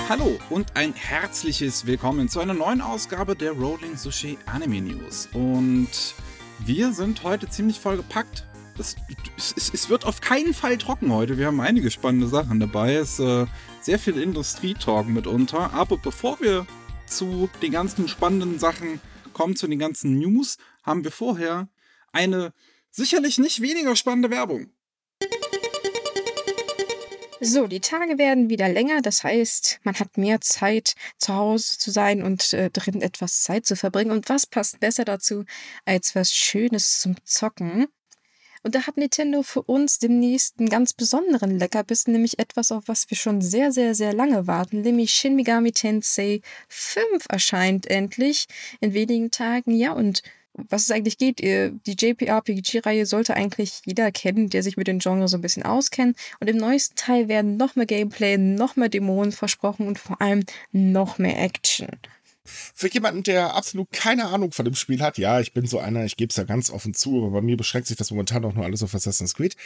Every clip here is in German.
Hallo und ein herzliches Willkommen zu einer neuen Ausgabe der Rolling Sushi Anime News. Und wir sind heute ziemlich vollgepackt. Es wird auf keinen Fall trocken heute. Wir haben einige spannende Sachen dabei. Es ist sehr viel Industrietalk mitunter. Aber bevor wir zu den ganzen spannenden Sachen kommen, zu den ganzen News, haben wir vorher eine sicherlich nicht weniger spannende Werbung. So, die Tage werden wieder länger, das heißt, man hat mehr Zeit, zu Hause zu sein und drin etwas Zeit zu verbringen. Und was passt besser dazu, als was Schönes zum Zocken? Und da hat Nintendo für uns demnächst einen ganz besonderen Leckerbissen, nämlich etwas, auf was wir schon sehr, sehr, sehr lange warten, nämlich Shin Megami Tensei 5 erscheint endlich in wenigen Tagen. Ja, und was es eigentlich geht, die JRPG-Reihe sollte eigentlich jeder kennen, der sich mit dem Genre so ein bisschen auskennt. Und im neuesten Teil werden noch mehr Gameplay, noch mehr Dämonen versprochen und vor allem noch mehr Action. Für jemanden, der absolut keine Ahnung von dem Spiel hat, ja, ich bin so einer, ich gebe es ja ganz offen zu, aber bei mir beschränkt sich das momentan auch nur alles auf Assassin's Creed.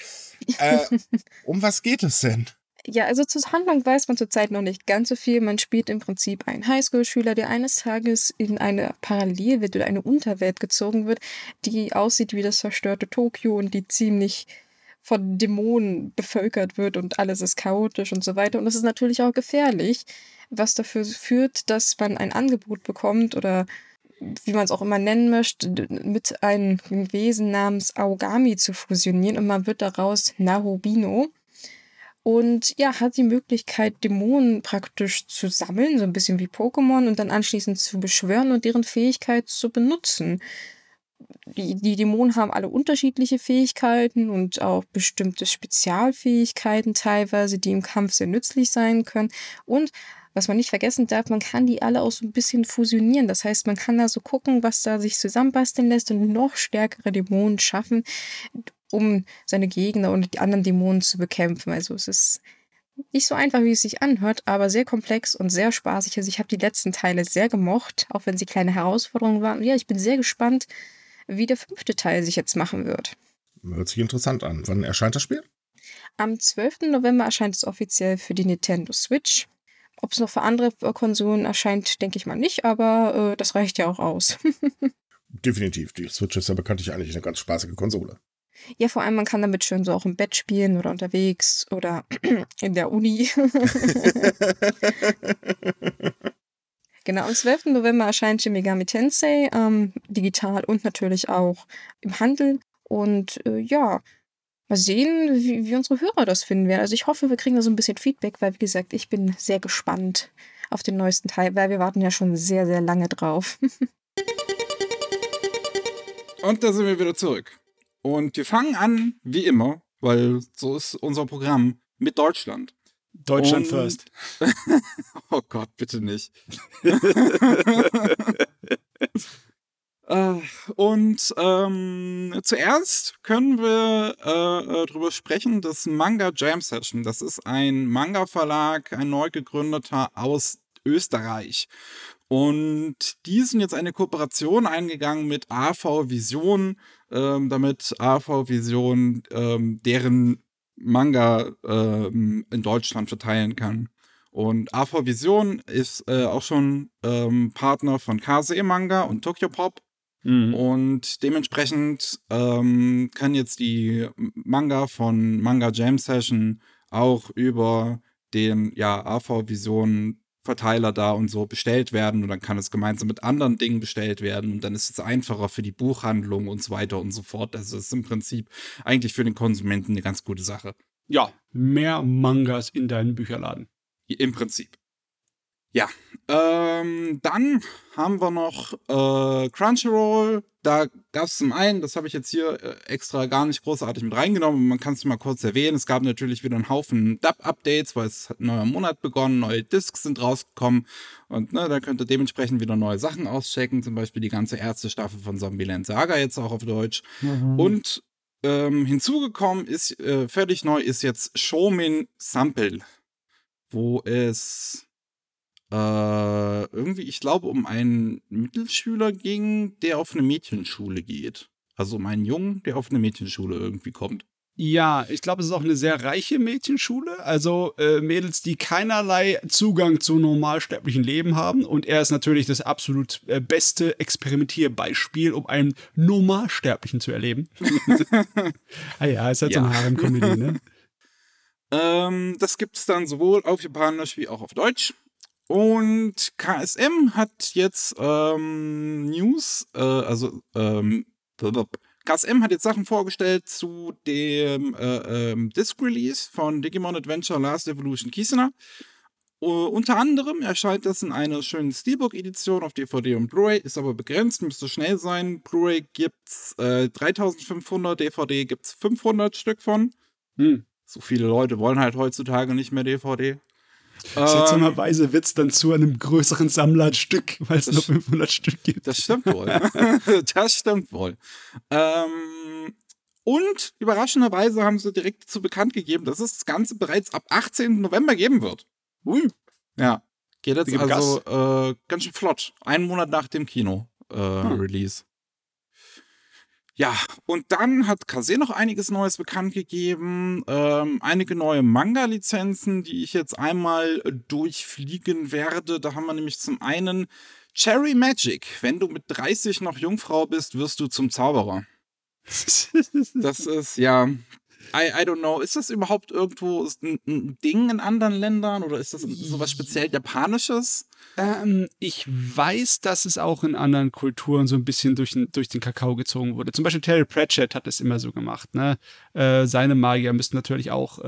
Um was geht es denn? Ja, also zur Handlung weiß man zurzeit noch nicht ganz so viel. Man spielt im Prinzip einen Highschool-Schüler, der eines Tages in eine Parallelwelt oder eine Unterwelt gezogen wird, die aussieht wie das zerstörte Tokio und die ziemlich von Dämonen bevölkert wird und alles ist chaotisch und so weiter. Und das ist natürlich auch gefährlich, was dafür führt, dass man ein Angebot bekommt oder wie man es auch immer nennen möchte, mit einem Wesen namens Aogami zu fusionieren und man wird daraus Nahobino. Und ja, hat die Möglichkeit, Dämonen praktisch zu sammeln, so ein bisschen wie Pokémon, und dann anschließend zu beschwören und deren Fähigkeit zu benutzen. Die Dämonen haben alle unterschiedliche Fähigkeiten und auch bestimmte Spezialfähigkeiten teilweise, die im Kampf sehr nützlich sein können. Und was man nicht vergessen darf, man kann die alle auch so ein bisschen fusionieren. Das heißt, man kann da so gucken, was da sich zusammenbasteln lässt und noch stärkere Dämonen schaffen, um seine Gegner und die anderen Dämonen zu bekämpfen. Also es ist nicht so einfach, wie es sich anhört, aber sehr komplex und sehr spaßig. Also ich habe die letzten Teile sehr gemocht, auch wenn sie kleine Herausforderungen waren. Und ja, ich bin sehr gespannt, wie der 5. Teil sich jetzt machen wird. Hört sich interessant an. Wann erscheint das Spiel? Am 12. November erscheint es offiziell für die Nintendo Switch. Ob es noch für andere Konsolen erscheint, denke ich mal nicht, aber das reicht ja auch aus. Definitiv. Die Switch ist ja bekanntlich eigentlich eine ganz spaßige Konsole. Ja, vor allem, man kann damit schön so auch im Bett spielen oder unterwegs oder in der Uni. Genau, am 12. November erscheint Shin Megami Tensei, digital und natürlich auch im Handel. Und ja, mal sehen, wie unsere Hörer das finden werden. Also ich hoffe, wir kriegen da so ein bisschen Feedback, weil, wie gesagt, ich bin sehr gespannt auf den neuesten Teil, weil wir warten ja schon sehr, sehr lange drauf. Und da sind wir wieder zurück. Und wir fangen an, wie immer, weil so ist unser Programm, mit Deutschland. Deutschland Und first. Oh Gott, bitte nicht. Zuerst können wir drüber sprechen, das Manga Jam Session. Das ist ein Manga-Verlag, ein neu gegründeter aus Österreich. Und die sind jetzt eine Kooperation eingegangen mit AV Vision, damit AV Vision deren Manga in Deutschland verteilen kann. Und AV Vision ist auch schon Partner von KSE Manga und Tokyopop. Mhm. Und dementsprechend kann jetzt die Manga von Manga Jam Session auch über den AV Vision Verteiler da und so bestellt werden und dann kann es gemeinsam mit anderen Dingen bestellt werden und dann ist es einfacher für die Buchhandlung und so weiter und so fort. Also es ist im Prinzip eigentlich für den Konsumenten eine ganz gute Sache. Ja, mehr Mangas in deinen Bücherladen. Im Prinzip. Ja, dann haben wir noch Crunchyroll. Da gab es zum einen, das habe ich jetzt hier extra gar nicht großartig mit reingenommen, man kann es mal kurz erwähnen, es gab natürlich wieder einen Haufen Dub-Updates, weil es hat ein neuer Monat begonnen, neue Discs sind rausgekommen und da könnt ihr dementsprechend wieder neue Sachen auschecken, zum Beispiel die ganze erste Staffel von Zombieland Saga jetzt auch auf Deutsch. Und hinzugekommen ist, völlig neu ist jetzt Shoumin Sample, wo es irgendwie, ich glaube, um einen Mittelschüler ging, der auf eine Mädchenschule geht. Also um einen Jungen, der auf eine Mädchenschule irgendwie kommt. Ja, ich glaube, es ist auch eine sehr reiche Mädchenschule. Also Mädels, die keinerlei Zugang zu normalsterblichen Leben haben. Und er ist natürlich das absolut beste Experimentierbeispiel, um einen Normalsterblichen zu erleben. Ah ja, ist halt so Ja. eine Harem-Comedy, ne? Das gibt's dann sowohl auf Japanisch wie auch auf Deutsch. Und KSM hat jetzt News, KSM hat jetzt Sachen vorgestellt zu dem Disc-Release von Digimon Adventure Last Evolution Kisuna. Unter anderem erscheint das in einer schönen Steelbook-Edition auf DVD und Blu-ray, ist aber begrenzt, müsste schnell sein. Blu-ray gibt's 3500, DVD gibt's 500 Stück von. So viele Leute wollen halt heutzutage nicht mehr DVD. Seltsamerweise wird es dann zu einem größeren Sammlerstück, weil es Das- nur 500 Stück gibt. Das stimmt wohl. Das stimmt wohl. Und überraschenderweise haben sie direkt dazu bekannt gegeben, dass es das Ganze bereits ab 18. November geben wird. Ui. Ja. Geht jetzt Gib also ganz schön flott. Einen Monat nach dem Kino-Release. Ja, und dann hat Kase noch einiges Neues bekannt gegeben. Einige neue Manga-Lizenzen, die ich jetzt einmal durchfliegen werde. Da haben wir nämlich zum einen Cherry Magic. Wenn du mit 30 noch Jungfrau bist, wirst du zum Zauberer. Das ist, ja, I don't know. Ist das überhaupt irgendwo ein Ding in anderen Ländern oder ist das sowas speziell Japanisches? Ich weiß, dass es auch in anderen Kulturen so ein bisschen durch den Kakao gezogen wurde. Zum Beispiel Terry Pratchett hat es immer so gemacht. Ne? Seine Magier müssten natürlich auch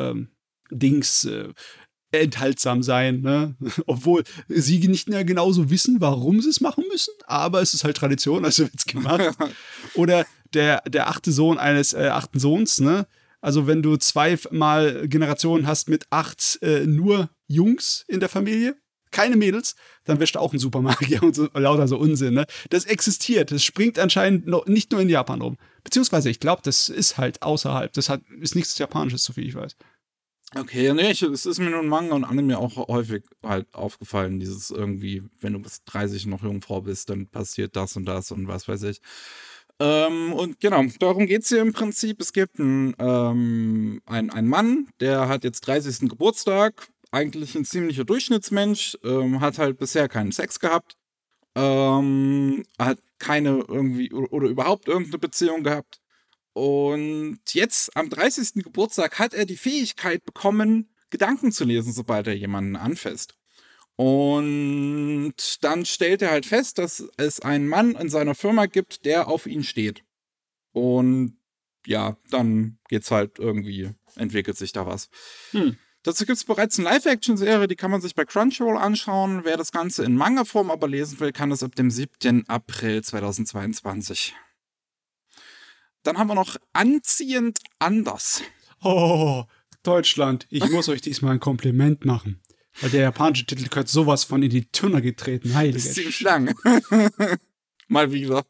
enthaltsam sein, ne? Obwohl sie nicht mehr genauso wissen, warum sie es machen müssen, aber es ist halt Tradition, also wird's gemacht. Oder der 8. Sohn eines 8. Sohns, ne? Also wenn du 2-mal Generationen hast mit 8 nur Jungs in der Familie, keine Mädels, dann wärst du auch ein Supermagier und so, lauter so Unsinn, ne? Das existiert, das springt anscheinend nicht nur in Japan rum. Beziehungsweise, ich glaube, das ist halt außerhalb, ist nichts Japanisches, soviel ich weiß. Okay, nee, es ist mir nur in Manga und Anime auch häufig halt aufgefallen, dieses irgendwie, wenn du bis 30 noch Jungfrau bist, dann passiert das und was weiß ich. Und genau, darum geht's hier im Prinzip. Es gibt einen Mann, der hat jetzt 30. Geburtstag, eigentlich ein ziemlicher Durchschnittsmensch, hat halt bisher keinen Sex gehabt, hat keine irgendwie oder überhaupt irgendeine Beziehung gehabt. Und jetzt am 30. Geburtstag hat er die Fähigkeit bekommen, Gedanken zu lesen, sobald er jemanden anfasst. Und dann stellt er halt fest, dass es einen Mann in seiner Firma gibt, der auf ihn steht. Und ja, dann geht's halt irgendwie, entwickelt sich da was. Dazu gibt's bereits eine Live-Action-Serie, die kann man sich bei Crunchyroll anschauen. Wer das Ganze in Manga-Form aber lesen will, kann das ab dem 7. April 2022. Dann haben wir noch Anziehend anders. Oh, Deutschland, ich muss euch diesmal ein Kompliment machen. Weil der japanische Titel gehört sowas von in die Tonne getreten. Das Heilige ist ziemlich lang. Mal wieder.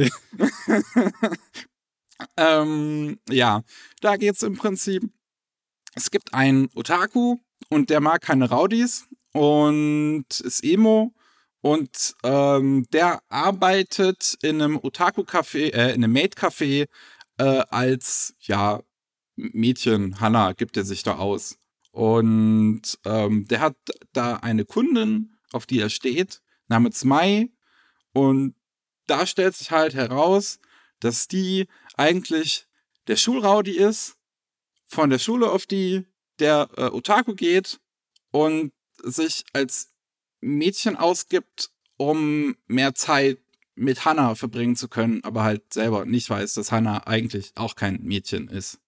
Ja, da geht's im Prinzip. Es gibt einen Otaku und der mag keine Rowdies und ist Emo und der arbeitet in einem Otaku-Café, in einem Maid-Café als, ja, Mädchen, Hannah gibt er sich da aus. Und der hat da eine Kundin, auf die er steht, namens Mai. Und da stellt sich halt heraus, dass die eigentlich der Schulrowdy ist, von der Schule, auf die der Otaku geht und sich als Mädchen ausgibt, um mehr Zeit mit Hannah verbringen zu können, aber halt selber nicht weiß, dass Hannah eigentlich auch kein Mädchen ist.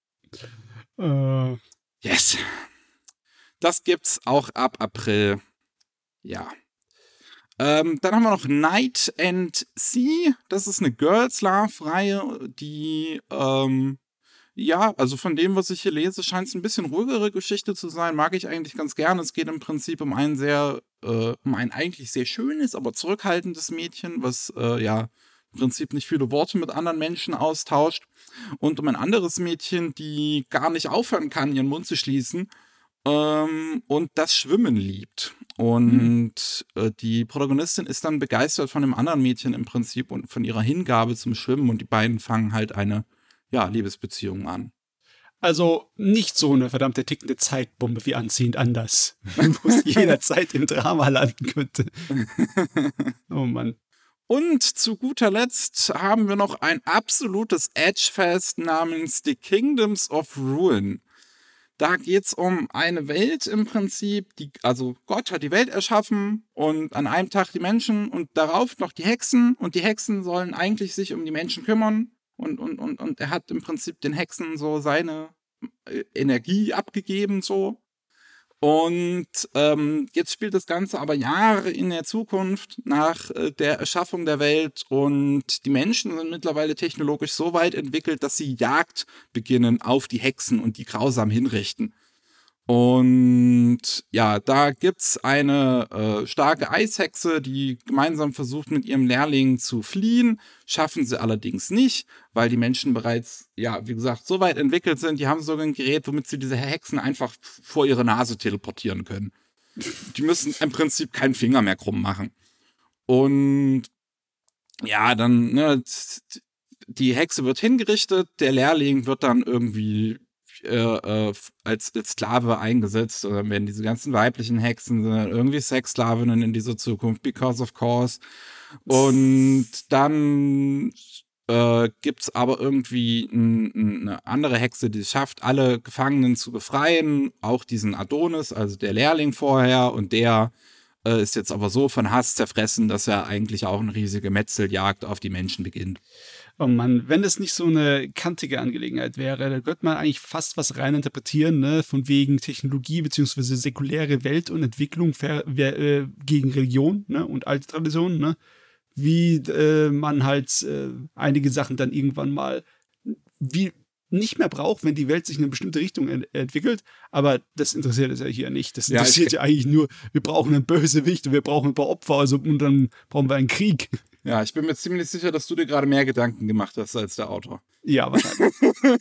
Yes. Das gibt's auch ab April. Ja. Dann haben wir noch Night and Sea. Das ist eine Girls Love-Reihe, die, ja, also von dem, was ich hier lese, scheint es ein bisschen ruhigere Geschichte zu sein. Mag ich eigentlich ganz gerne. Es geht im Prinzip um ein eigentlich sehr schönes, aber zurückhaltendes Mädchen, was, ja, im Prinzip nicht viele Worte mit anderen Menschen austauscht. Und um ein anderes Mädchen, die gar nicht aufhören kann, ihren Mund zu schließen. Und das Schwimmen liebt. Und die Protagonistin ist dann begeistert von dem anderen Mädchen im Prinzip und von ihrer Hingabe zum Schwimmen und die beiden fangen halt eine, ja, Liebesbeziehung an. Also nicht so eine verdammte tickende Zeitbombe wie Anziehend anders, wo es jederzeit im Drama landen könnte. Oh Mann. Und zu guter Letzt haben wir noch ein absolutes Edgefest namens The Kingdoms of Ruin. Da geht's um eine Welt im Prinzip, also Gott hat die Welt erschaffen und an einem Tag die Menschen und darauf noch die Hexen und die Hexen sollen eigentlich sich um die Menschen kümmern und er hat im Prinzip den Hexen so seine Energie abgegeben so. Und jetzt spielt das Ganze aber Jahre in der Zukunft nach der Erschaffung der Welt und die Menschen sind mittlerweile technologisch so weit entwickelt, dass sie Jagd beginnen auf die Hexen und die grausam hinrichten. Und ja, da gibt's eine starke Eishexe, die gemeinsam versucht, mit ihrem Lehrling zu fliehen. Schaffen sie allerdings nicht, weil die Menschen bereits, ja, wie gesagt, so weit entwickelt sind. Die haben sogar ein Gerät, womit sie diese Hexen einfach vor ihre Nase teleportieren können. Die müssen im Prinzip keinen Finger mehr krumm machen. Und ja, dann, ne, die Hexe wird hingerichtet, der Lehrling wird dann irgendwie als Sklave eingesetzt oder werden diese ganzen weiblichen Hexen sind irgendwie Sexsklavinnen in dieser Zukunft, because of course. Und dann gibt's aber irgendwie eine andere Hexe, die es schafft, alle Gefangenen zu befreien, auch diesen Adonis, also der Lehrling vorher, und der ist jetzt aber so von Hass zerfressen, dass er eigentlich auch eine riesige Metzeljagd auf die Menschen beginnt. Oh Mann, wenn das nicht so eine kantige Angelegenheit wäre, dann könnte man eigentlich fast was rein interpretieren, ne? Von wegen Technologie beziehungsweise säkuläre Welt und Entwicklung gegen Religion, ne? Und alte Traditionen, ne? Wie man halt einige Sachen dann irgendwann mal wie nicht mehr braucht, wenn die Welt sich in eine bestimmte Richtung entwickelt. Aber das interessiert es ja hier nicht. Das interessiert ja eigentlich nur, wir brauchen einen Bösewicht und wir brauchen ein paar Opfer, also und dann brauchen wir einen Krieg. Ja, ich bin mir ziemlich sicher, dass du dir gerade mehr Gedanken gemacht hast als der Autor. Ja, wahrscheinlich.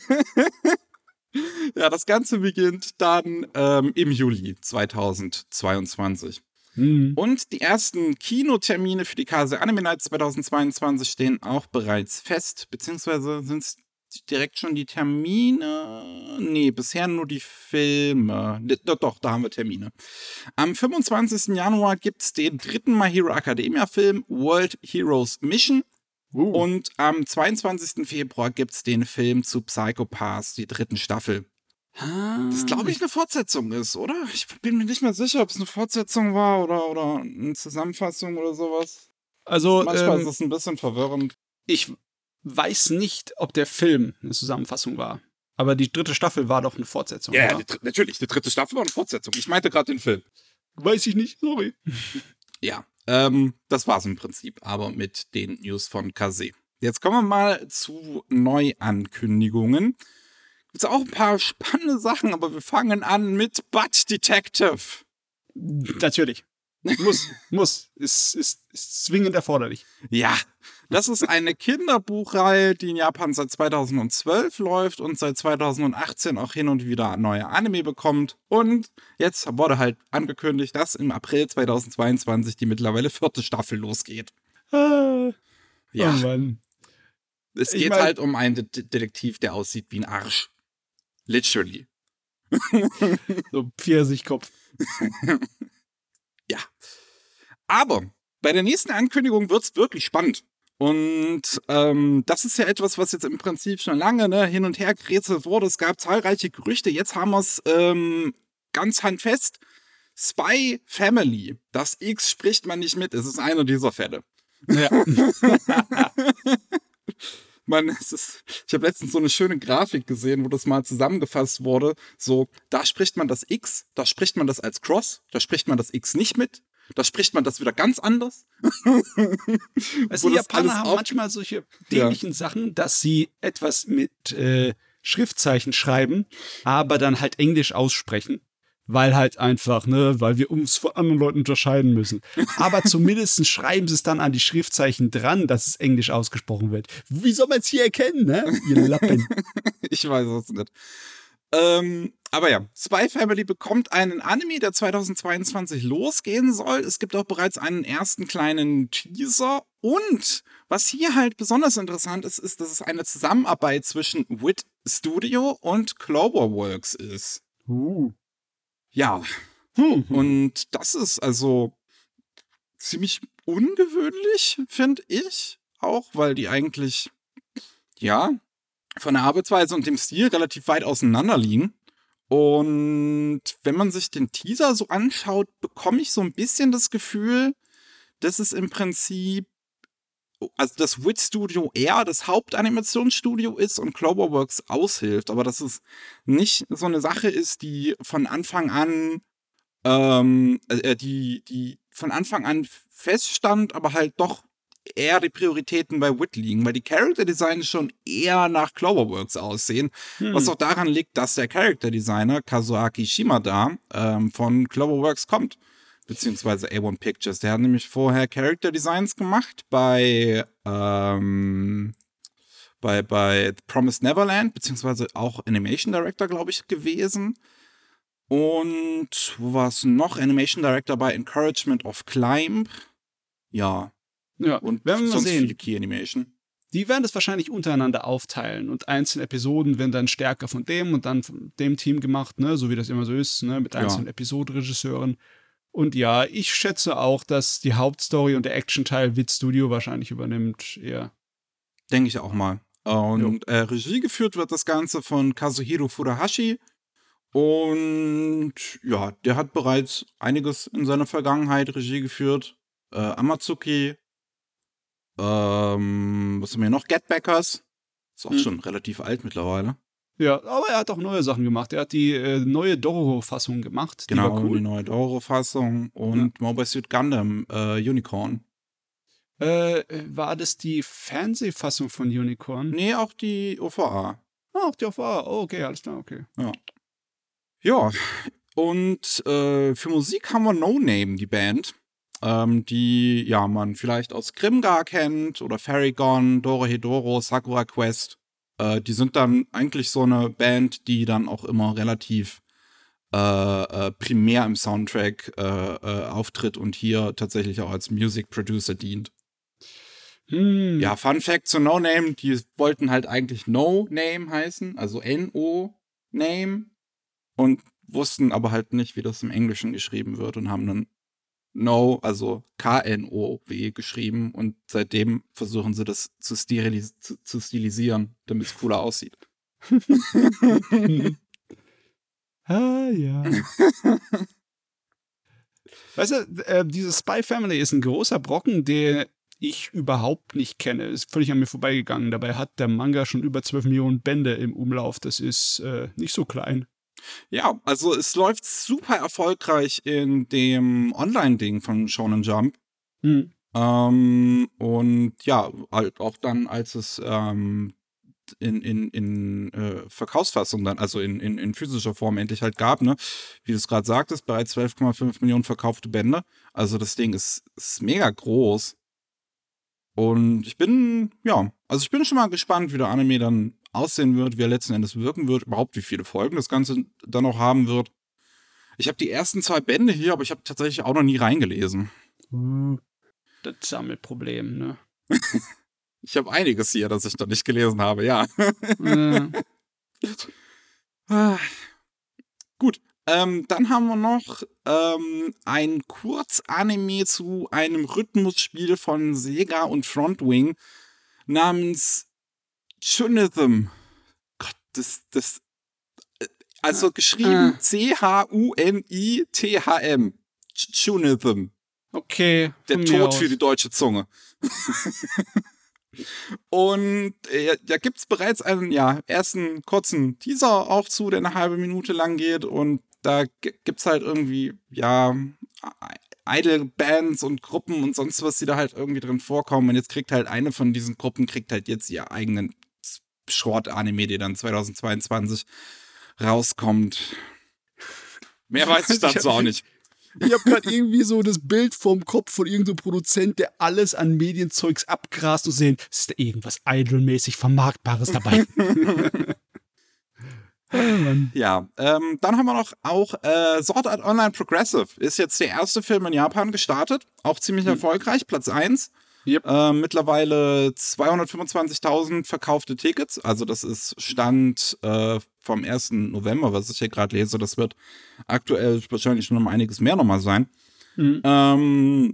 Ja, das Ganze beginnt dann im Juli 2022. Und die ersten Kinotermine für die Kase Anime Night 2022 stehen auch bereits fest, beziehungsweise sind es direkt schon die Termine? Nee, bisher nur die Filme. Doch, da haben wir Termine. Am 25. Januar gibt's den dritten My Hero Academia Film World Heroes Mission. Und am 22. Februar gibt's den Film zu Psycho Pass, die dritten Staffel. Das glaube ich eine Fortsetzung ist, oder? Ich bin mir nicht mehr sicher, ob es eine Fortsetzung war oder eine Zusammenfassung oder sowas. Also manchmal ist es ein bisschen verwirrend. Ich weiß nicht, ob der Film eine Zusammenfassung war. Aber die dritte Staffel war doch eine Fortsetzung, ja, oder? Natürlich, die dritte Staffel war eine Fortsetzung. Ich meinte gerade den Film. Weiß ich nicht, sorry. Ja, das war's im Prinzip, aber mit den News von Kase. Jetzt kommen wir mal zu Neuankündigungen. Gibt's auch ein paar spannende Sachen, aber wir fangen an mit Butt Detective. Natürlich. Muss. Ist zwingend erforderlich. Ja, das ist eine Kinderbuchreihe, die in Japan seit 2012 läuft und seit 2018 auch hin und wieder neue Anime bekommt. Und jetzt wurde halt angekündigt, dass im April 2022 die mittlerweile 4. Staffel losgeht. Ja. Ja, Oh Mann. es geht halt um einen Detektiv, der aussieht wie ein Arsch. Literally. So Pfirsichkopf. Ja. Aber bei der nächsten Ankündigung wird's wirklich spannend. Und das ist ja etwas, was jetzt im Prinzip schon lange hin und her gerätselt wurde. Es gab zahlreiche Gerüchte. Jetzt haben wir es ganz handfest. Spy Family. Das X spricht man nicht mit. Es ist einer dieser Fälle. Ja. Ich habe letztens so eine schöne Grafik gesehen, wo das mal zusammengefasst wurde. So, da spricht man das X, da spricht man das als Cross, da spricht man das X nicht mit, da spricht man das wieder ganz anders. Also die Japaner haben manchmal solche dämlichen Sachen, dass sie etwas mit Schriftzeichen schreiben, aber dann halt Englisch aussprechen. Weil halt einfach, ne, weil wir uns von anderen Leuten unterscheiden müssen. Aber zumindest schreiben sie es dann an die Schriftzeichen dran, dass es Englisch ausgesprochen wird. Wie soll man es hier erkennen, ne? Ihr Lappen. Ich weiß es nicht. Aber ja, Spy Family bekommt einen Anime, der 2022 losgehen soll. Es gibt auch bereits einen ersten kleinen Teaser. Und was hier halt besonders interessant ist, ist, dass es eine Zusammenarbeit zwischen WIT Studio und Cloverworks ist. Ja, und das ist also ziemlich ungewöhnlich, finde ich. Auch, weil die eigentlich, ja, von der Arbeitsweise und dem Stil relativ weit auseinander liegen. Und wenn man sich den Teaser so anschaut, bekomme ich so ein bisschen das Gefühl, dass es im Prinzip, also das WIT Studio eher das Hauptanimationsstudio ist und Cloverworks aushilft, aber dass es nicht so eine Sache ist, die von Anfang an die von Anfang an feststand, aber halt doch eher die Prioritäten bei WIT liegen, weil die Character Designs schon eher nach Cloverworks aussehen, was auch daran liegt, dass der Character Designer Kazuaki Shimada von Cloverworks kommt, beziehungsweise A1 Pictures. Der hat nämlich vorher Character Designs gemacht bei Promised Neverland, beziehungsweise auch Animation Director, glaube ich, gewesen. Und wo war es noch? Animation Director bei Encouragement of Climb. Ja. Ja, Und werden wir mal sonst sehen. viele Key Animation. Die werden das wahrscheinlich untereinander aufteilen und einzelne Episoden werden dann stärker von dem und dann von dem Team gemacht, ne, so wie das immer so ist, ne, mit einzelnen Episodenregisseuren. Und ja, ich schätze auch, dass die Hauptstory und der Action-Teil WIT Studio wahrscheinlich übernimmt, eher. Denke ich auch mal. Und Regie geführt wird das Ganze von Kazuhiro Furuhashi. Und ja, der hat bereits einiges in seiner Vergangenheit Regie geführt. Amatsuki, was haben wir noch? Get Backers. Ist auch schon relativ alt mittlerweile. Ja, aber er hat auch neue Sachen gemacht. Er hat die neue Dororo-Fassung gemacht. Die Genau, war cool. die neue Dororo-Fassung und Mobile Suit Gundam Unicorn. War das die Fernsehfassung von Unicorn? Nee, auch die OVA. Ah, auch die OVA. Oh, okay, alles klar, okay. Ja, und für Musik haben wir No Name, die Band, die ja man vielleicht aus Grimgar kennt oder Fairygon, Dorohedoro, Sakura Quest. Die sind dann eigentlich so eine Band, die dann auch immer relativ primär im Soundtrack auftritt und hier tatsächlich auch als Music Producer dient. Ja, Fun Fact zu No Name, die wollten halt eigentlich No Name heißen, also N-O Name, und wussten aber halt nicht, wie das im Englischen geschrieben wird und haben dann No, also K-N-O-W geschrieben und seitdem versuchen sie das zu stilisieren, damit es cooler aussieht. Ja. Weißt du, diese Spy Family ist ein großer Brocken, den ich überhaupt nicht kenne. Ist völlig an mir vorbeigegangen. Dabei hat der Manga schon über 12 Millionen Bände im Umlauf. Das ist nicht so klein. Ja, also es läuft super erfolgreich in dem Online-Ding von Shonen Jump. Und ja, halt auch dann, als es in Verkaufsfassung dann, also in physischer Form endlich halt gab, ne? Wie du es gerade sagtest, bereits 12,5 Millionen verkaufte Bände. Also das Ding ist mega groß. Und ich bin schon mal gespannt, wie der Anime dann aussehen wird, wie er letzten Endes wirken wird, überhaupt wie viele Folgen das Ganze dann noch haben wird. Ich habe die ersten 2 Bände hier, aber ich habe tatsächlich auch noch nie reingelesen. Das Sammelproblem, ne? Ich habe einiges hier, das ich noch nicht gelesen habe, ja. Gut, dann haben wir noch ein Kurzanime zu einem Rhythmusspiel von Sega und Frontwing namens Chunithm. Gott, also geschrieben C-H-U-N-I-T-H-M. Chunithm. Okay. Der Tod für die deutsche Zunge. Und da gibt es bereits einen ersten kurzen Teaser auch zu, der eine halbe Minute lang geht. Und da gibt es halt irgendwie, Idol-Bands und Gruppen und sonst was, die da halt irgendwie drin vorkommen. Und jetzt kriegt halt eine von diesen Gruppen, jetzt ihr eigenen Short-Anime, der dann 2022 rauskommt. Mehr weiß ich dazu auch nicht. Ich habe gerade irgendwie so das Bild vom Kopf von irgendeinem Produzent, der alles an Medienzeugs abgrast und sehen, ist da irgendwas Idol-mäßig Vermarktbares dabei? Mann. Ja, dann haben wir noch auch Sword Art Online Progressive. Ist jetzt der erste Film in Japan gestartet. Auch ziemlich erfolgreich, Platz 1. Yep. Mittlerweile 225.000 verkaufte Tickets. Also das ist Stand vom 1. November, was ich hier gerade lese. Das wird aktuell wahrscheinlich schon um einiges mehr nochmal sein. Und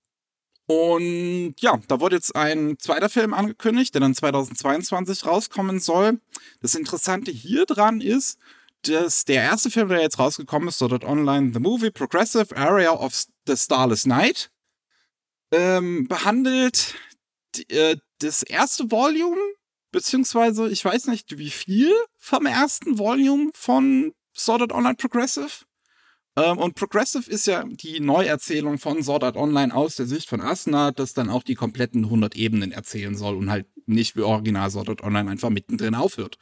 ja, da wurde jetzt ein zweiter Film angekündigt, der dann 2022 rauskommen soll. Das Interessante hier dran ist, dass der erste Film, der jetzt rausgekommen ist, Sword Art Online The Movie Progressive Area of the Starless Night, behandelt das erste Volume, beziehungsweise ich weiß nicht wie viel vom ersten Volume von Sword Art Online Progressive. Und Progressive ist ja die Neuerzählung von Sword Art Online aus der Sicht von Asuna, das dann auch die kompletten 100 Ebenen erzählen soll und halt nicht wie Original Sword Art Online einfach mittendrin aufhört.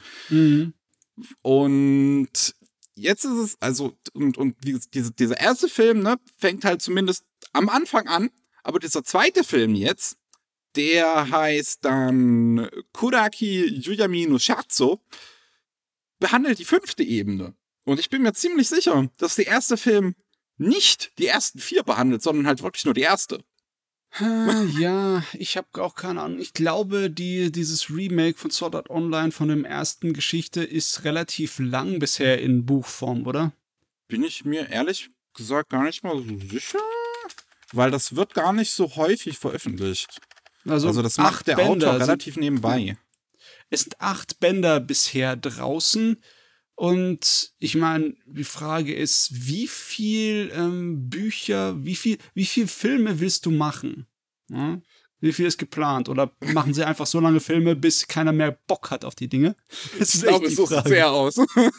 Und jetzt ist es, also, und dieser erste Film, ne, fängt halt zumindest am Anfang an, aber dieser zweite Film jetzt, der heißt dann Kuraki Yuyami no Shatsu, behandelt die 5. Ebene. Und ich bin mir ziemlich sicher, dass der erste Film nicht die ersten 4 behandelt, sondern halt wirklich nur die erste. Ja, ich habe auch keine Ahnung. Ich glaube, dieses Remake von Sword Art Online von dem ersten Geschichte ist relativ lang bisher in Buchform, oder? Bin ich mir ehrlich gesagt gar nicht mal so sicher, weil das wird gar nicht so häufig veröffentlicht. Also das macht der Autor relativ nebenbei. Es sind 8 Bänder bisher draußen. Und ich meine, die Frage ist, wie viel Bücher, wie viel Filme willst du machen? Ja? Wie viel ist geplant? Oder machen sie einfach so lange Filme, bis keiner mehr Bock hat auf die Dinge? Das ist echt die Frage. So sehr aus.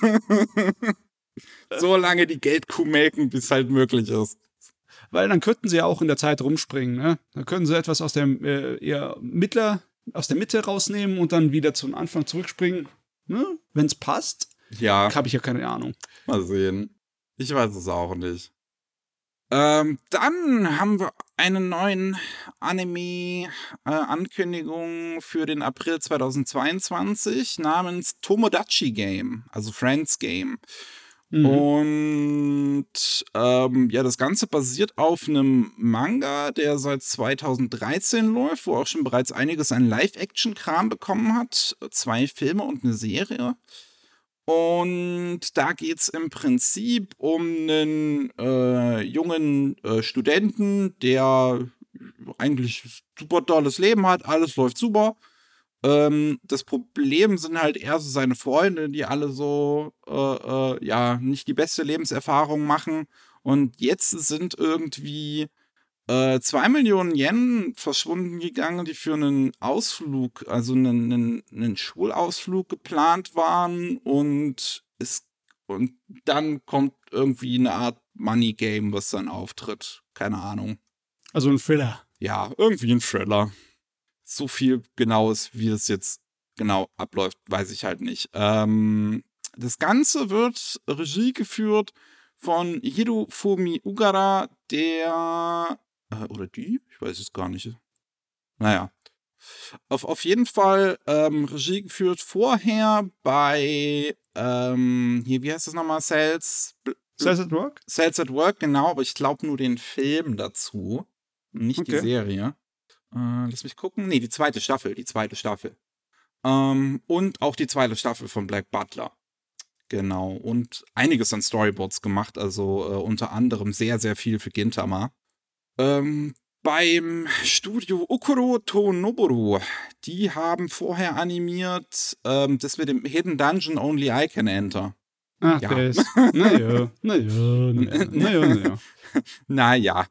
So lange die Geldkuh melken, bis halt möglich ist. Weil dann könnten sie ja auch in der Zeit rumspringen. Ne? Dann können sie etwas aus dem aus der Mitte rausnehmen und dann wieder zum Anfang zurückspringen. Ne? Wenn es passt. Ja. Habe ich ja keine Ahnung. Mal sehen. Ich weiß es auch nicht. Dann haben wir einen neuen Anime-Ankündigung für den April 2022 namens Tomodachi Game, also Friends Game. Und ja, das Ganze basiert auf einem Manga, der seit 2013 läuft, wo auch schon bereits einiges an Live-Action-Kram bekommen hat. 2 Filme und eine Serie. Und da geht's im Prinzip um einen jungen Studenten, der eigentlich super tolles Leben hat, alles läuft super. Das Problem sind halt eher so seine Freunde, die alle so ja nicht die beste Lebenserfahrung machen. Und jetzt sind irgendwie 2 Millionen Yen verschwunden gegangen, die für einen Ausflug, also einen Schulausflug geplant waren und dann kommt irgendwie eine Art Money Game, was dann auftritt. Keine Ahnung. Also ein Thriller. Ja, irgendwie ein Thriller. So viel Genaues, wie das jetzt genau abläuft, weiß ich halt nicht. Das Ganze wird Regie geführt von Hirofumi Ugara, der oder die? Ich weiß es gar nicht. Naja. Auf jeden Fall Regie geführt vorher bei hier, wie heißt das nochmal? Cells at Work? Cells at Work, genau, aber ich glaube nur den Film dazu. Nicht die Serie. Lass mich gucken. Nee, die zweite Staffel. Und auch die zweite Staffel von Black Butler. Genau. Und einiges an Storyboards gemacht, also unter anderem sehr, sehr viel für Gintama. Beim Studio Okuro Tonoboru, die haben vorher animiert, das mit dem Hidden Dungeon Only I Can Enter. Ach, ja. das. Naja. Naja.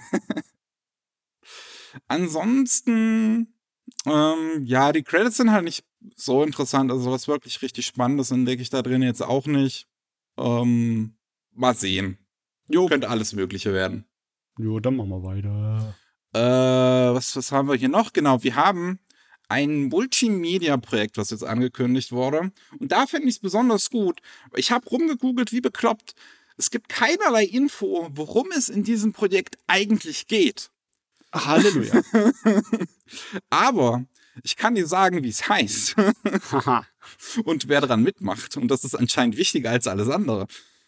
Ansonsten, ja, die Credits sind halt nicht so interessant, also was wirklich richtig Spannendes entdecke ich da drin jetzt auch nicht. Mal sehen. Könnte alles Mögliche werden. Jo, dann machen wir weiter. Was haben wir hier noch? Genau, wir haben ein Multimedia-Projekt, was jetzt angekündigt wurde. Und da finde ich es besonders gut. Ich habe rumgegoogelt, wie bekloppt. Es gibt keinerlei Info, worum es in diesem Projekt eigentlich geht. Halleluja. Aber Ich kann dir sagen, wie es heißt Haha. und wer daran mitmacht. Und das ist anscheinend wichtiger als alles andere.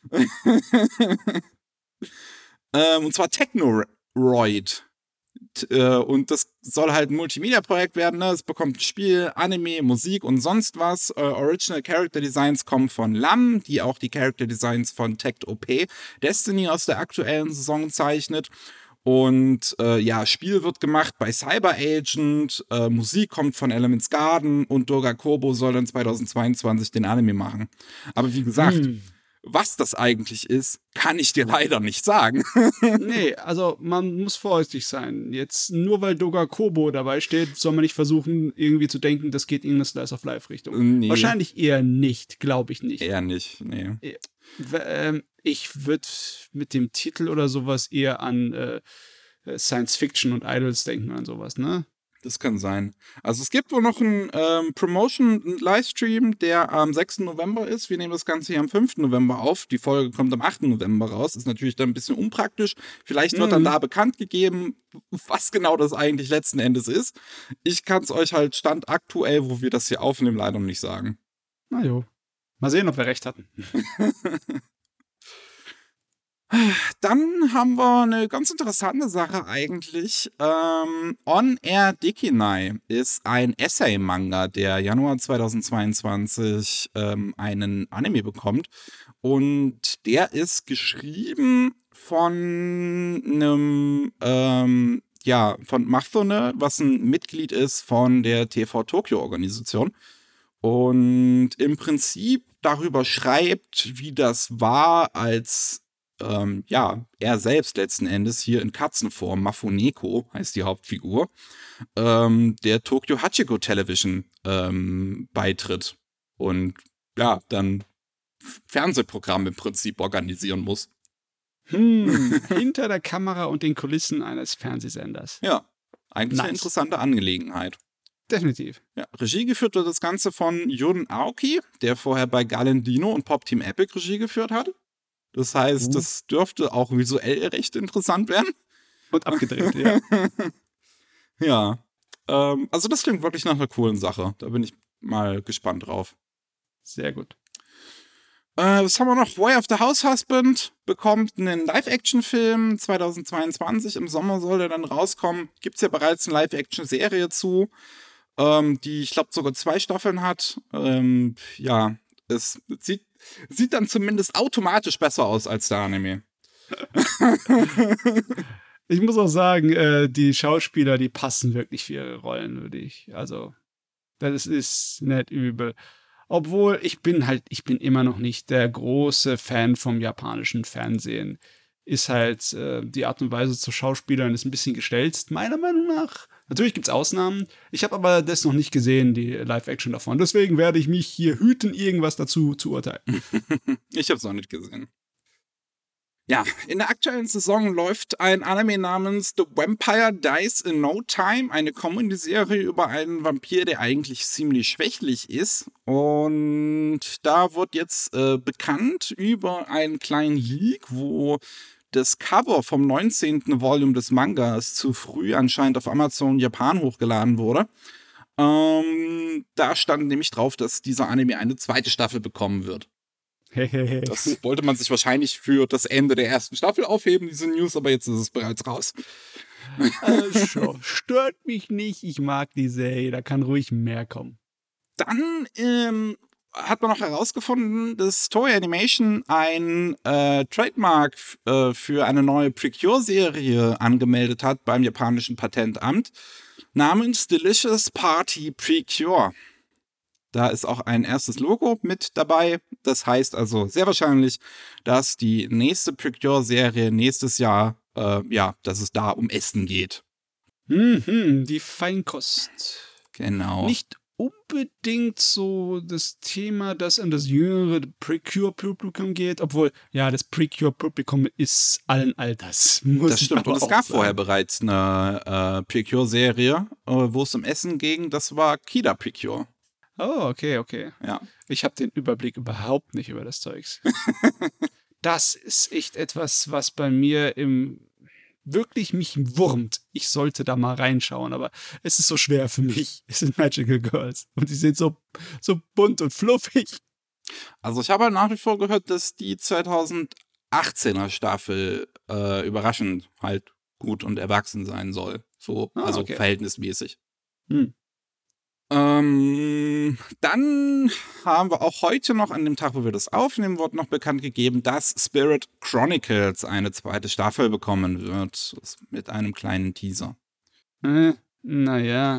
Und zwar Technoroid. Und das soll halt ein Multimedia-Projekt werden. Ne? Es bekommt ein Spiel, Anime, Musik und sonst was. Original Character Designs kommen von LAM, die auch die Character Designs von Tect OP Destiny aus der aktuellen Saison zeichnet. Und ja, Spiel wird gemacht bei Cyber Agent, Musik kommt von Elements Garden und Doga Kobo soll dann 2022 den Anime machen. Aber wie gesagt, was das eigentlich ist, kann ich dir leider nicht sagen. Nee, also man muss vorsichtig sein. Jetzt nur weil Doga Kobo dabei steht, soll man nicht versuchen, irgendwie zu denken, das geht in eine Slice of Life Richtung. Nee. Wahrscheinlich eher nicht, glaube ich nicht. Eher nicht, nee. Ich würde mit dem Titel oder sowas eher an Science Fiction und Idols denken, an sowas, ne? Das kann sein. Also es gibt wohl noch einen Promotion-Livestream, der am 6. November ist. Wir nehmen das Ganze hier am 5. November auf. Die Folge kommt am 8. November raus. Ist natürlich dann ein bisschen unpraktisch. Vielleicht wird dann da bekannt gegeben, was genau das eigentlich letzten Endes ist. Ich kann es euch halt Stand aktuell, wo wir das hier aufnehmen, leider noch nicht sagen. Na jo. Mal sehen, ob wir recht hatten. Dann haben wir eine ganz interessante Sache eigentlich. On Air Dikinai ist ein Essay-Manga, der Januar 2022 einen Anime bekommt. Und der ist geschrieben von einem, von Mathone, was ein Mitglied ist von der TV Tokyo Organisation. Und im Prinzip darüber schreibt, wie das war, als er selbst letzten Endes hier in Katzenform, Mafuneko heißt die Hauptfigur, der Tokyo Hachiko Television beitritt und ja, dann Fernsehprogramm im Prinzip organisieren muss. Hinter der Kamera und den Kulissen eines Fernsehsenders. Ja, eigentlich eine Nice. interessante Angelegenheit. Definitiv. Ja, Regie geführt wird das Ganze von Jun Aoki, der vorher bei Galendino und Pop Team Epic Regie geführt hat. Das heißt, das dürfte auch visuell recht interessant werden. Und abgedreht, ja. Ja. Also das klingt wirklich nach einer coolen Sache. Da bin ich mal gespannt drauf. Sehr gut. Was haben wir noch? Way of the House Husband bekommt einen Live-Action-Film 2022. Im Sommer soll der dann rauskommen. Gibt es ja bereits eine Live-Action-Serie zu, die, ich glaube, sogar 2 Staffeln hat. Ja, es sieht dann zumindest automatisch besser aus als der Anime. Ich muss auch sagen, die Schauspieler, die passen wirklich für ihre Rollen, würde ich. Also, das ist nicht übel. Obwohl, ich bin immer noch nicht der große Fan vom japanischen Fernsehen. Ist halt, die Art und Weise zu Schauspielern ist ein bisschen gestelzt, meiner Meinung nach. Natürlich gibt's Ausnahmen. Ich habe aber das noch nicht gesehen, die Live-Action davon. Deswegen werde ich mich hier hüten, irgendwas dazu zu urteilen. Ich habe es noch nicht gesehen. Ja, in der aktuellen Saison läuft ein Anime namens The Vampire Dies in No Time, eine Comedy-Serie über einen Vampir, der eigentlich ziemlich schwächlich ist. Und da wird jetzt bekannt über einen kleinen Leak, wo das Cover vom 19. Volume des Mangas zu früh anscheinend auf Amazon Japan hochgeladen wurde. Da stand nämlich drauf, dass dieser Anime eine 2. Staffel bekommen wird. Das wollte man sich wahrscheinlich für das Ende der 1. Staffel aufheben, diese News, aber jetzt ist es bereits raus. Also, stört mich nicht, ich mag die Serie, da kann ruhig mehr kommen. Dann hat man noch herausgefunden, dass Toei Animation ein Trademark für eine neue Precure-Serie angemeldet hat beim japanischen Patentamt namens Delicious Party Precure. Da ist auch ein erstes Logo mit dabei. Das heißt also sehr wahrscheinlich, dass die nächste Precure-Serie nächstes Jahr, dass es da um Essen geht. Die Feinkost. Genau. Nicht unbedingt so das Thema, das an das jüngere Precure-Publikum geht, obwohl, ja, das Precure-Publikum ist allen Alters. Das stimmt. Und es gab vorher bereits eine Precure-Serie, wo es um Essen ging. Das war Kida Precure. Oh, okay. Ja. Ich habe den Überblick überhaupt nicht über das Zeugs. Das ist echt etwas, was bei mir im wirklich mich wurmt, ich sollte da mal reinschauen, aber es ist so schwer für mich. Es sind Magical Girls und die sind so bunt und fluffig. Also ich habe halt nach wie vor gehört, dass die 2018er Staffel überraschend halt gut und erwachsen sein soll. So, also okay. verhältnismäßig. Hm. Dann haben wir auch heute noch, an dem Tag, wo wir das aufnehmen, wurde noch bekannt gegeben, dass Spirit Chronicles eine zweite Staffel bekommen wird. Mit einem kleinen Teaser. Naja.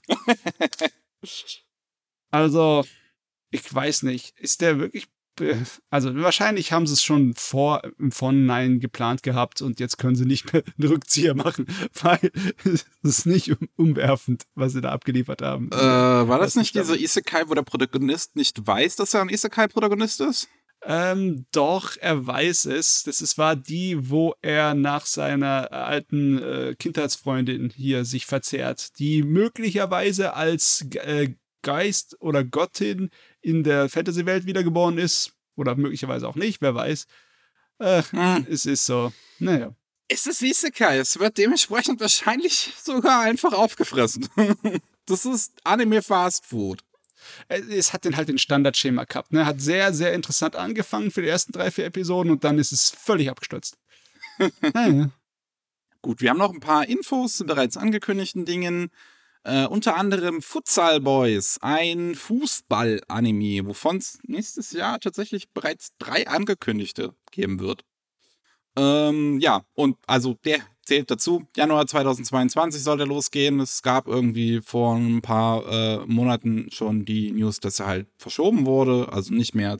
Also, ich weiß nicht. Ist der wirklich. Also, wahrscheinlich haben sie es schon im Vorhinein geplant gehabt und jetzt können sie nicht mehr einen Rückzieher machen, weil es ist nicht umwerfend, was sie da abgeliefert haben. War das nicht dieser Isekai, wo der Protagonist nicht weiß, dass er ein Isekai-Protagonist ist? Doch, er weiß es. War die, wo er nach seiner alten Kindheitsfreundin hier sich verzehrt, die möglicherweise als Geist oder Gottin in der Fantasy-Welt wiedergeboren ist. Oder möglicherweise auch nicht, wer weiß. Es ist so, naja. Es ist Isekai, es wird dementsprechend wahrscheinlich sogar einfach aufgefressen. Das ist Anime-Fast-Food. Es hat den Standardschema gehabt. Ne? Hat sehr, sehr interessant angefangen für die ersten 3-4 Episoden und dann ist es völlig abgestürzt. Naja. Gut, wir haben noch ein paar Infos zu bereits angekündigten Dingen. Unter anderem Futsal Boys, ein Fußball-Anime, wovon es nächstes Jahr tatsächlich bereits 3 angekündigte geben wird. Ja, und also der zählt dazu. Januar 2022 soll der losgehen. Es gab irgendwie vor ein paar Monaten schon die News, dass er halt verschoben wurde, also nicht mehr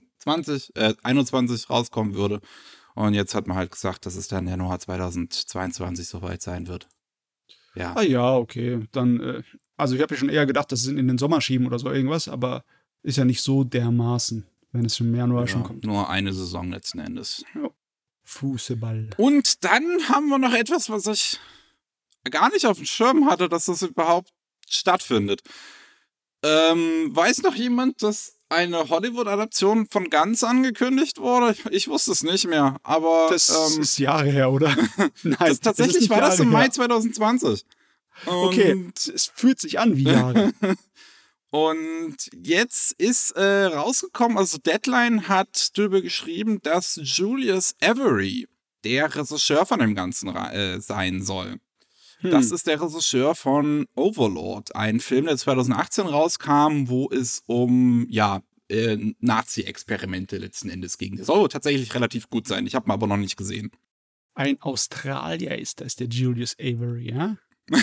2021 rauskommen würde. Und jetzt hat man halt gesagt, dass es dann Januar 2022 soweit sein wird. Ja. Ah ja, okay. Dann, also ich habe ja schon eher gedacht, dass es in den Sommer schieben oder so irgendwas, aber ist ja nicht so dermaßen, wenn es im Januar schon kommt. Nur eine Saison letzten Endes. Ja. Fußball. Und dann haben wir noch etwas, was ich gar nicht auf dem Schirm hatte, dass das überhaupt stattfindet. Weiß noch jemand, dass eine Hollywood-Adaption von Guns angekündigt wurde? Ich wusste es nicht mehr, aber das ist Jahre her, oder? Nein, tatsächlich war das im Mai 2020. Okay, es fühlt sich an wie Jahre. Und jetzt ist rausgekommen, also Deadline hat darüber geschrieben, dass Julius Avery der Regisseur von dem Ganzen sein soll. Das ist der Regisseur von Overlord, ein Film, der 2018 rauskam, wo es um, Nazi-Experimente letzten Endes ging. Der soll tatsächlich relativ gut sein. Ich habe ihn aber noch nicht gesehen. Ein Australier ist das, der Julius Avery, ja?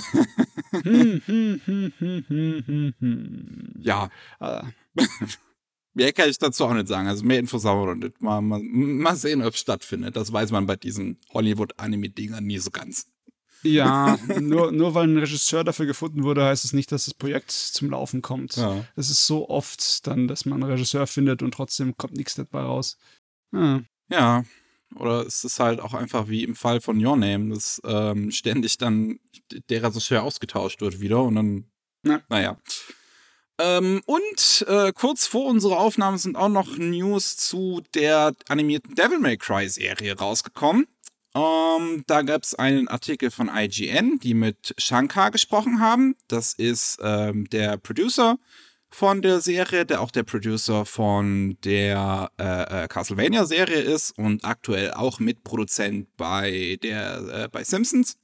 Ja. Mehr kann ich dazu auch nicht sagen. Also mehr Infos haben wir noch nicht. Mal sehen, ob es stattfindet. Das weiß man bei diesen Hollywood-Anime-Dingern nie so ganz. Ja, nur weil ein Regisseur dafür gefunden wurde, heißt es nicht, dass das Projekt zum Laufen kommt. Ja. Es ist so oft dann, dass man einen Regisseur findet und trotzdem kommt nichts dabei raus. Ja, oder es ist halt auch einfach wie im Fall von Your Name, dass ständig dann der Regisseur ausgetauscht wird wieder und dann, naja. Kurz vor unserer Aufnahme sind auch noch News zu der animierten Devil May Cry Serie rausgekommen. Da gab es einen Artikel von IGN, die mit Shankar gesprochen haben. Das ist der Producer von der Serie, der auch der Producer von der Castlevania-Serie ist und aktuell auch Mitproduzent bei Simpsons.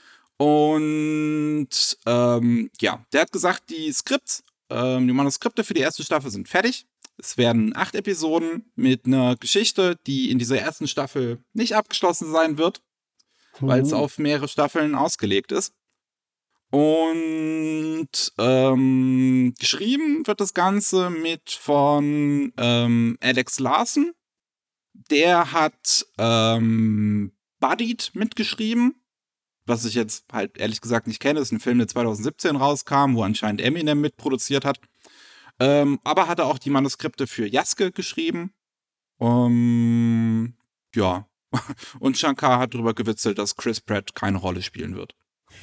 Und der hat gesagt, die Manuskripte für die erste Staffel sind fertig. Es werden 8 Episoden mit einer Geschichte, die in dieser ersten Staffel nicht abgeschlossen sein wird, weil es auf mehrere Staffeln ausgelegt ist. Und geschrieben wird das Ganze von Alex Larson. Der hat Buddied mitgeschrieben, was ich jetzt halt ehrlich gesagt nicht kenne. Das ist ein Film, der 2017 rauskam, wo anscheinend Eminem mitproduziert hat. Aber hat er auch die Manuskripte für Yasuke geschrieben. Und Shankar hat darüber gewitzelt, dass Chris Pratt keine Rolle spielen wird.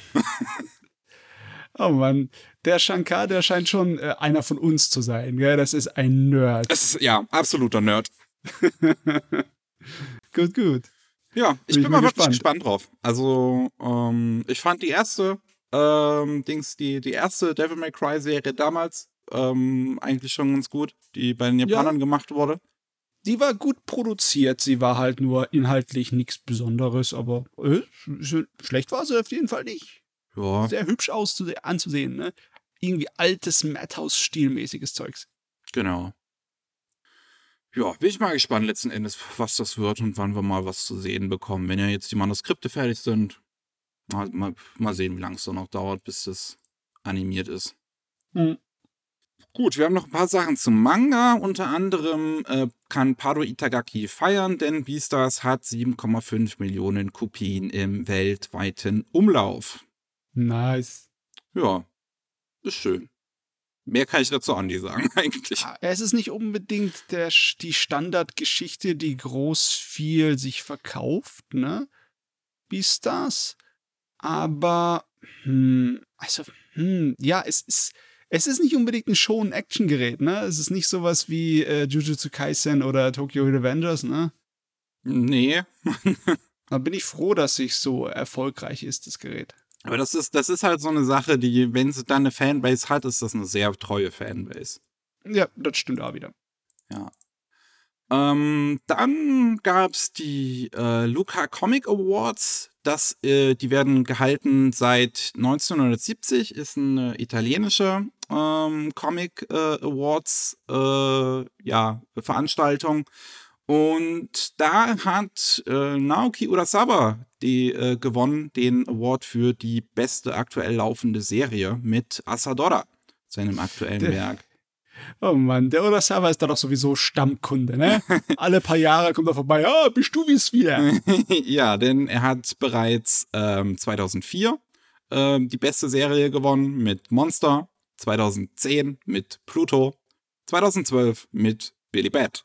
Oh Mann, der Shankar, der scheint schon einer von uns zu sein, gell? Das ist ein Nerd. Das ist, absoluter Nerd. Gut. Ja, ich bin mal wirklich gespannt drauf. Also, ich fand die erste die erste Devil May Cry Serie damals eigentlich schon ganz gut, die bei den Japanern gemacht wurde. Die war gut produziert, sie war halt nur inhaltlich nichts Besonderes, aber schlecht war sie auf jeden Fall nicht. Ja. Sehr hübsch anzusehen, ne? Irgendwie altes Madhouse-stilmäßiges Zeugs. Genau. Ja, bin ich mal gespannt letzten Endes, was das wird und wann wir mal was zu sehen bekommen. Wenn ja jetzt die Manuskripte fertig sind, mal sehen, wie lange es dann noch dauert, bis das animiert ist. Mhm. Gut, wir haben noch ein paar Sachen zum Manga. Unter anderem kann Paro Itagaki feiern, denn Beastars hat 7,5 Millionen Kopien im weltweiten Umlauf. Nice. Ja, ist schön. Mehr kann ich dazu auch nicht sagen, eigentlich. Es ist nicht unbedingt die Standardgeschichte, die groß viel sich verkauft, ne? Beastars. Aber, ja, es ist nicht unbedingt ein Shonen-Action-Gerät, ne? Es ist nicht sowas wie Jujutsu Kaisen oder Tokyo Revengers, ne? Nee. Da bin ich froh, dass sich so erfolgreich ist, das Gerät. Aber das ist halt so eine Sache, die, wenn sie dann eine Fanbase hat, ist das eine sehr treue Fanbase. Ja, das stimmt auch wieder. Ja. Dann gab's die Luca Comic Awards. Die werden gehalten seit 1970, ist eine italienische Comic Awards Veranstaltung. Und da hat Naoki Urasawa gewonnen, den Award für die beste aktuell laufende Serie mit Asadora, seinem aktuellen Werk. Oh Mann, der Urasawa ist da doch sowieso Stammkunde, ne? Alle paar Jahre kommt er vorbei, bist du wie's wieder? Ja, denn er hat bereits 2004 die beste Serie gewonnen mit Monster, 2010 mit Pluto, 2012 mit Billy Bat.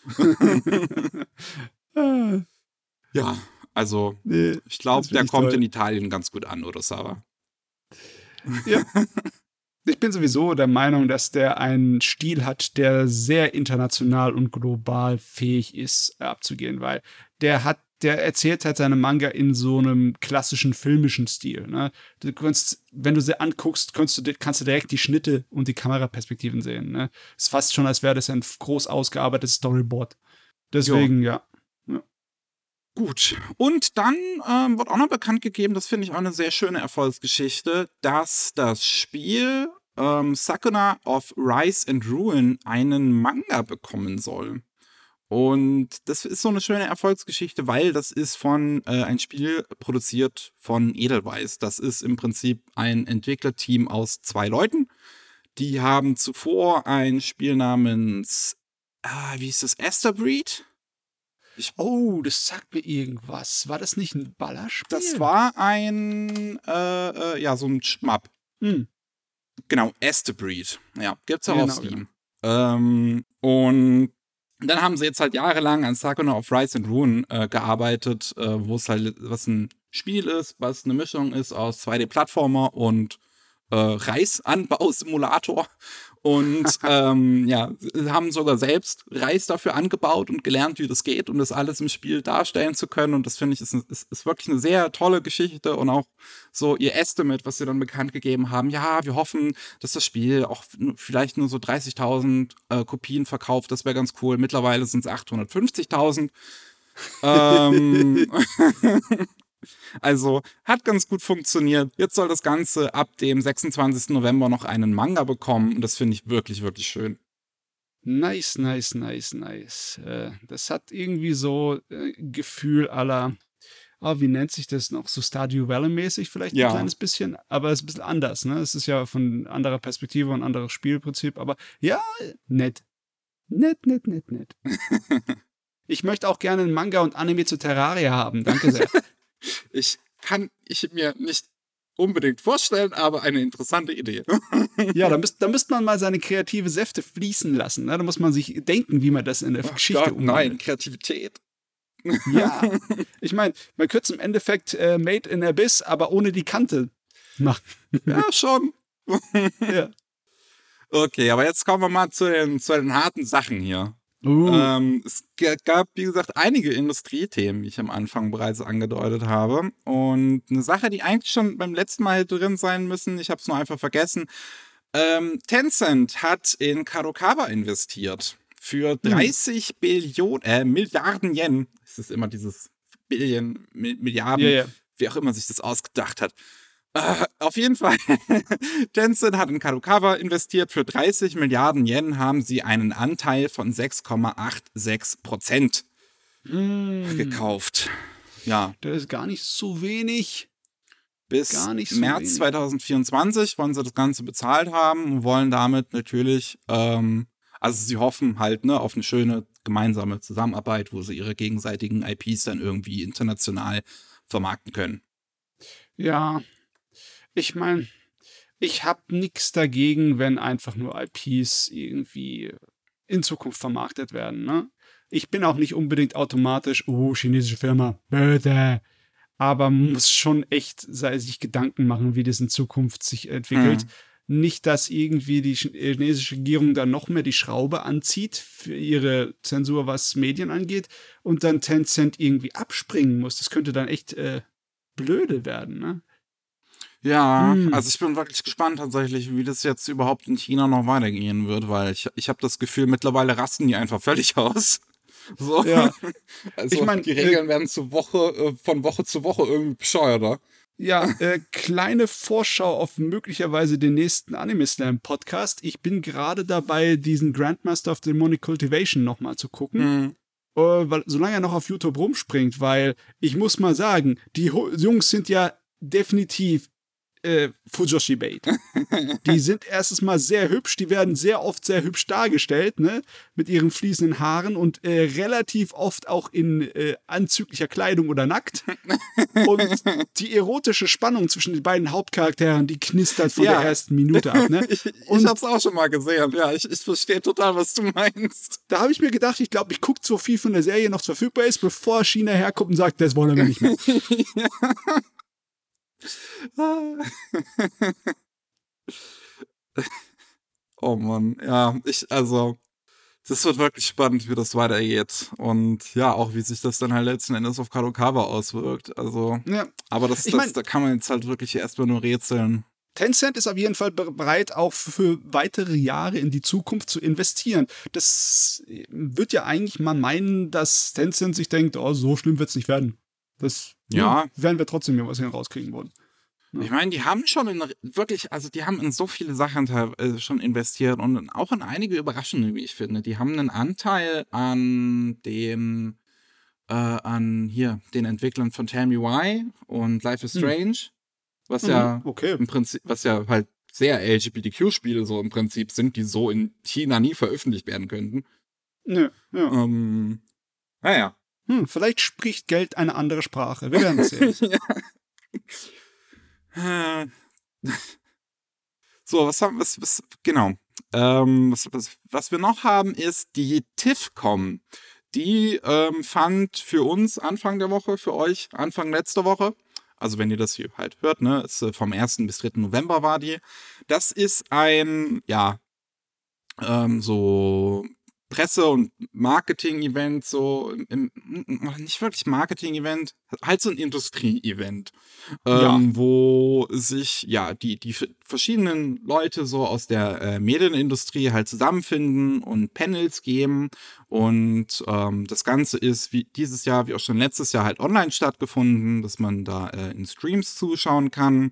Ja, also ich glaube, der kommt in Italien ganz gut an, Urasawa. Ja. Ich bin sowieso der Meinung, dass der einen Stil hat, der sehr international und global fähig ist, abzugehen, weil der erzählt halt seine Manga in so einem klassischen filmischen Stil. Ne? Wenn du sie anguckst, kannst du direkt die Schnitte und die Kameraperspektiven sehen. Ne? Ist fast schon, als wäre das ein groß ausgearbeitetes Storyboard. Deswegen, ja. Gut, und dann wird auch noch bekannt gegeben, das finde ich auch eine sehr schöne Erfolgsgeschichte, dass das Spiel Sakuna of Rise and Ruin einen Manga bekommen soll. Und das ist so eine schöne Erfolgsgeschichte, weil das ist ein Spiel produziert von Edelweiss. Das ist im Prinzip ein Entwicklerteam aus 2 Leuten. Die haben zuvor ein Spiel namens, wie hieß das, Asterbreed? Das sagt mir irgendwas. War das nicht ein Ballerspiel? Das war so ein Schmapp. Genau, Asterbreed. Ja, gibt's auch auf Steam. Genau. Und dann haben sie jetzt halt jahrelang an Sakuna of Rise and Ruin gearbeitet, was ein Spiel ist, was eine Mischung ist aus 2D-Plattformer und Reisanbausimulator. Und haben sogar selbst Reis dafür angebaut und gelernt, wie das geht, um das alles im Spiel darstellen zu können. Und das finde ich ist wirklich eine sehr tolle Geschichte und auch so ihr Estimate, was sie dann bekannt gegeben haben. Ja, wir hoffen, dass das Spiel auch vielleicht nur so 30.000 Kopien verkauft. Das wäre ganz cool. Mittlerweile sind es 850.000. Also, hat ganz gut funktioniert. Jetzt soll das Ganze ab dem 26. November noch einen Manga bekommen. Und das finde ich wirklich, wirklich schön. Nice. Das hat irgendwie so Gefühl aller, wie nennt sich das noch? So Stardew Valley-mäßig vielleicht ein kleines bisschen. Aber es ist ein bisschen anders, ne? Es ist ja von anderer Perspektive und anderes Spielprinzip. Aber ja, nett. Nett. Ich möchte auch gerne einen Manga und Anime zu Terraria haben. Danke sehr. Kann ich mir nicht unbedingt vorstellen, aber eine interessante Idee. Ja, da müsste man mal seine kreative Säfte fließen lassen. Ne? Da muss man sich denken, wie man das in der Geschichte umgeht. Nein, Kreativität. Ja, ich meine, man könnte es im Endeffekt Made in Abyss, aber ohne die Kante machen. Ja, schon. Ja. Okay, aber jetzt kommen wir mal zu den harten Sachen hier. Es gab, wie gesagt, einige Industriethemen, die ich am Anfang bereits angedeutet habe. Und eine Sache, die eigentlich schon beim letzten Mal drin sein müssen, ich habe es nur einfach vergessen. Tencent hat in Kadokawa investiert für 30 Milliarden Yen. Es ist immer dieses Billion, Milliarden, wie auch immer sich das ausgedacht hat. Auf jeden Fall, Tencent hat in Kadokawa investiert. Für 30 Milliarden Yen haben sie einen Anteil von 6,86% gekauft. Ja. Das ist gar nicht so wenig. Bis März 2024 wollen sie das Ganze bezahlt haben und wollen damit natürlich, also sie hoffen halt auf eine schöne gemeinsame Zusammenarbeit, wo sie ihre gegenseitigen IPs dann irgendwie international vermarkten können. Ja, ich meine, ich habe nichts dagegen, wenn einfach nur IPs irgendwie in Zukunft vermarktet werden. Ne? Ich bin auch nicht unbedingt automatisch, chinesische Firma, böse. Aber man muss schon echt sich Gedanken machen, wie das in Zukunft sich entwickelt. Nicht, dass irgendwie die chinesische Regierung dann noch mehr die Schraube anzieht für ihre Zensur, was Medien angeht, und dann Tencent irgendwie abspringen muss. Das könnte dann echt blöde werden, ne? Ja, also ich bin wirklich gespannt tatsächlich, wie das jetzt überhaupt in China noch weitergehen wird, weil ich habe das Gefühl, mittlerweile rasten die einfach völlig aus. So. Ja. Also Ich mein, die Regeln werden von Woche zu Woche irgendwie bescheuerter. Ja, kleine Vorschau auf möglicherweise den nächsten Anime Slam Podcast. Ich bin gerade dabei, diesen Grandmaster of Demonic Cultivation nochmal zu gucken. Weil, solange er noch auf YouTube rumspringt, weil ich muss mal sagen, die Jungs sind ja definitiv Fujoshi Bait. Die sind erstens mal sehr hübsch, die werden sehr oft sehr hübsch dargestellt, ne, mit ihren fließenden Haaren und relativ oft auch in anzüglicher Kleidung oder nackt. Und die erotische Spannung zwischen den beiden Hauptcharakteren, die knistert von der ersten Minute ab, ne? Ich hab's auch schon mal gesehen, ja, ich verstehe total, was du meinst. Da habe ich mir gedacht, ich glaube, ich gucke so viel von der Serie noch verfügbar ist, bevor China herkommt und sagt, das wollen wir nicht mehr. Oh Mann, ja, das wird wirklich spannend, wie das weitergeht. Und ja, auch wie sich das dann halt letzten Endes auf Kadokawa auswirkt. Also, ja. Aber da kann man jetzt halt wirklich erstmal nur rätseln. Tencent ist auf jeden Fall bereit, auch für weitere Jahre in die Zukunft zu investieren. Das wird ja eigentlich mal meinen, dass Tencent sich denkt, oh, so schlimm wird's nicht werden. Das werden wir trotzdem hier was rauskriegen wollen. Ich meine, die haben schon die haben in so viele Sachen schon investiert und auch in einige überraschende, wie ich finde. Die haben einen Anteil an den Entwicklern von Tell Me Why und Life is Strange, was ja im Prinzip, was ja halt sehr LGBTQ-Spiele so im Prinzip sind, die so in China nie veröffentlicht werden könnten. Ja. Naja. Vielleicht spricht Geld eine andere Sprache. Wir werden sehen. So, was wir noch haben, ist die TIFCOM. Die fand für uns Anfang der Woche, für euch Anfang letzter Woche, also wenn ihr das hier halt hört, ne, ist, vom 1. bis 3. November war die. Das ist ein, so Presse- und Marketing-Event, so nicht wirklich Marketing-Event, halt so ein Industrie-Event, wo sich die verschiedenen Leute so aus der Medienindustrie halt zusammenfinden und Panels geben und das Ganze ist wie dieses Jahr, wie auch schon letztes Jahr halt online stattgefunden, dass man da in Streams zuschauen kann.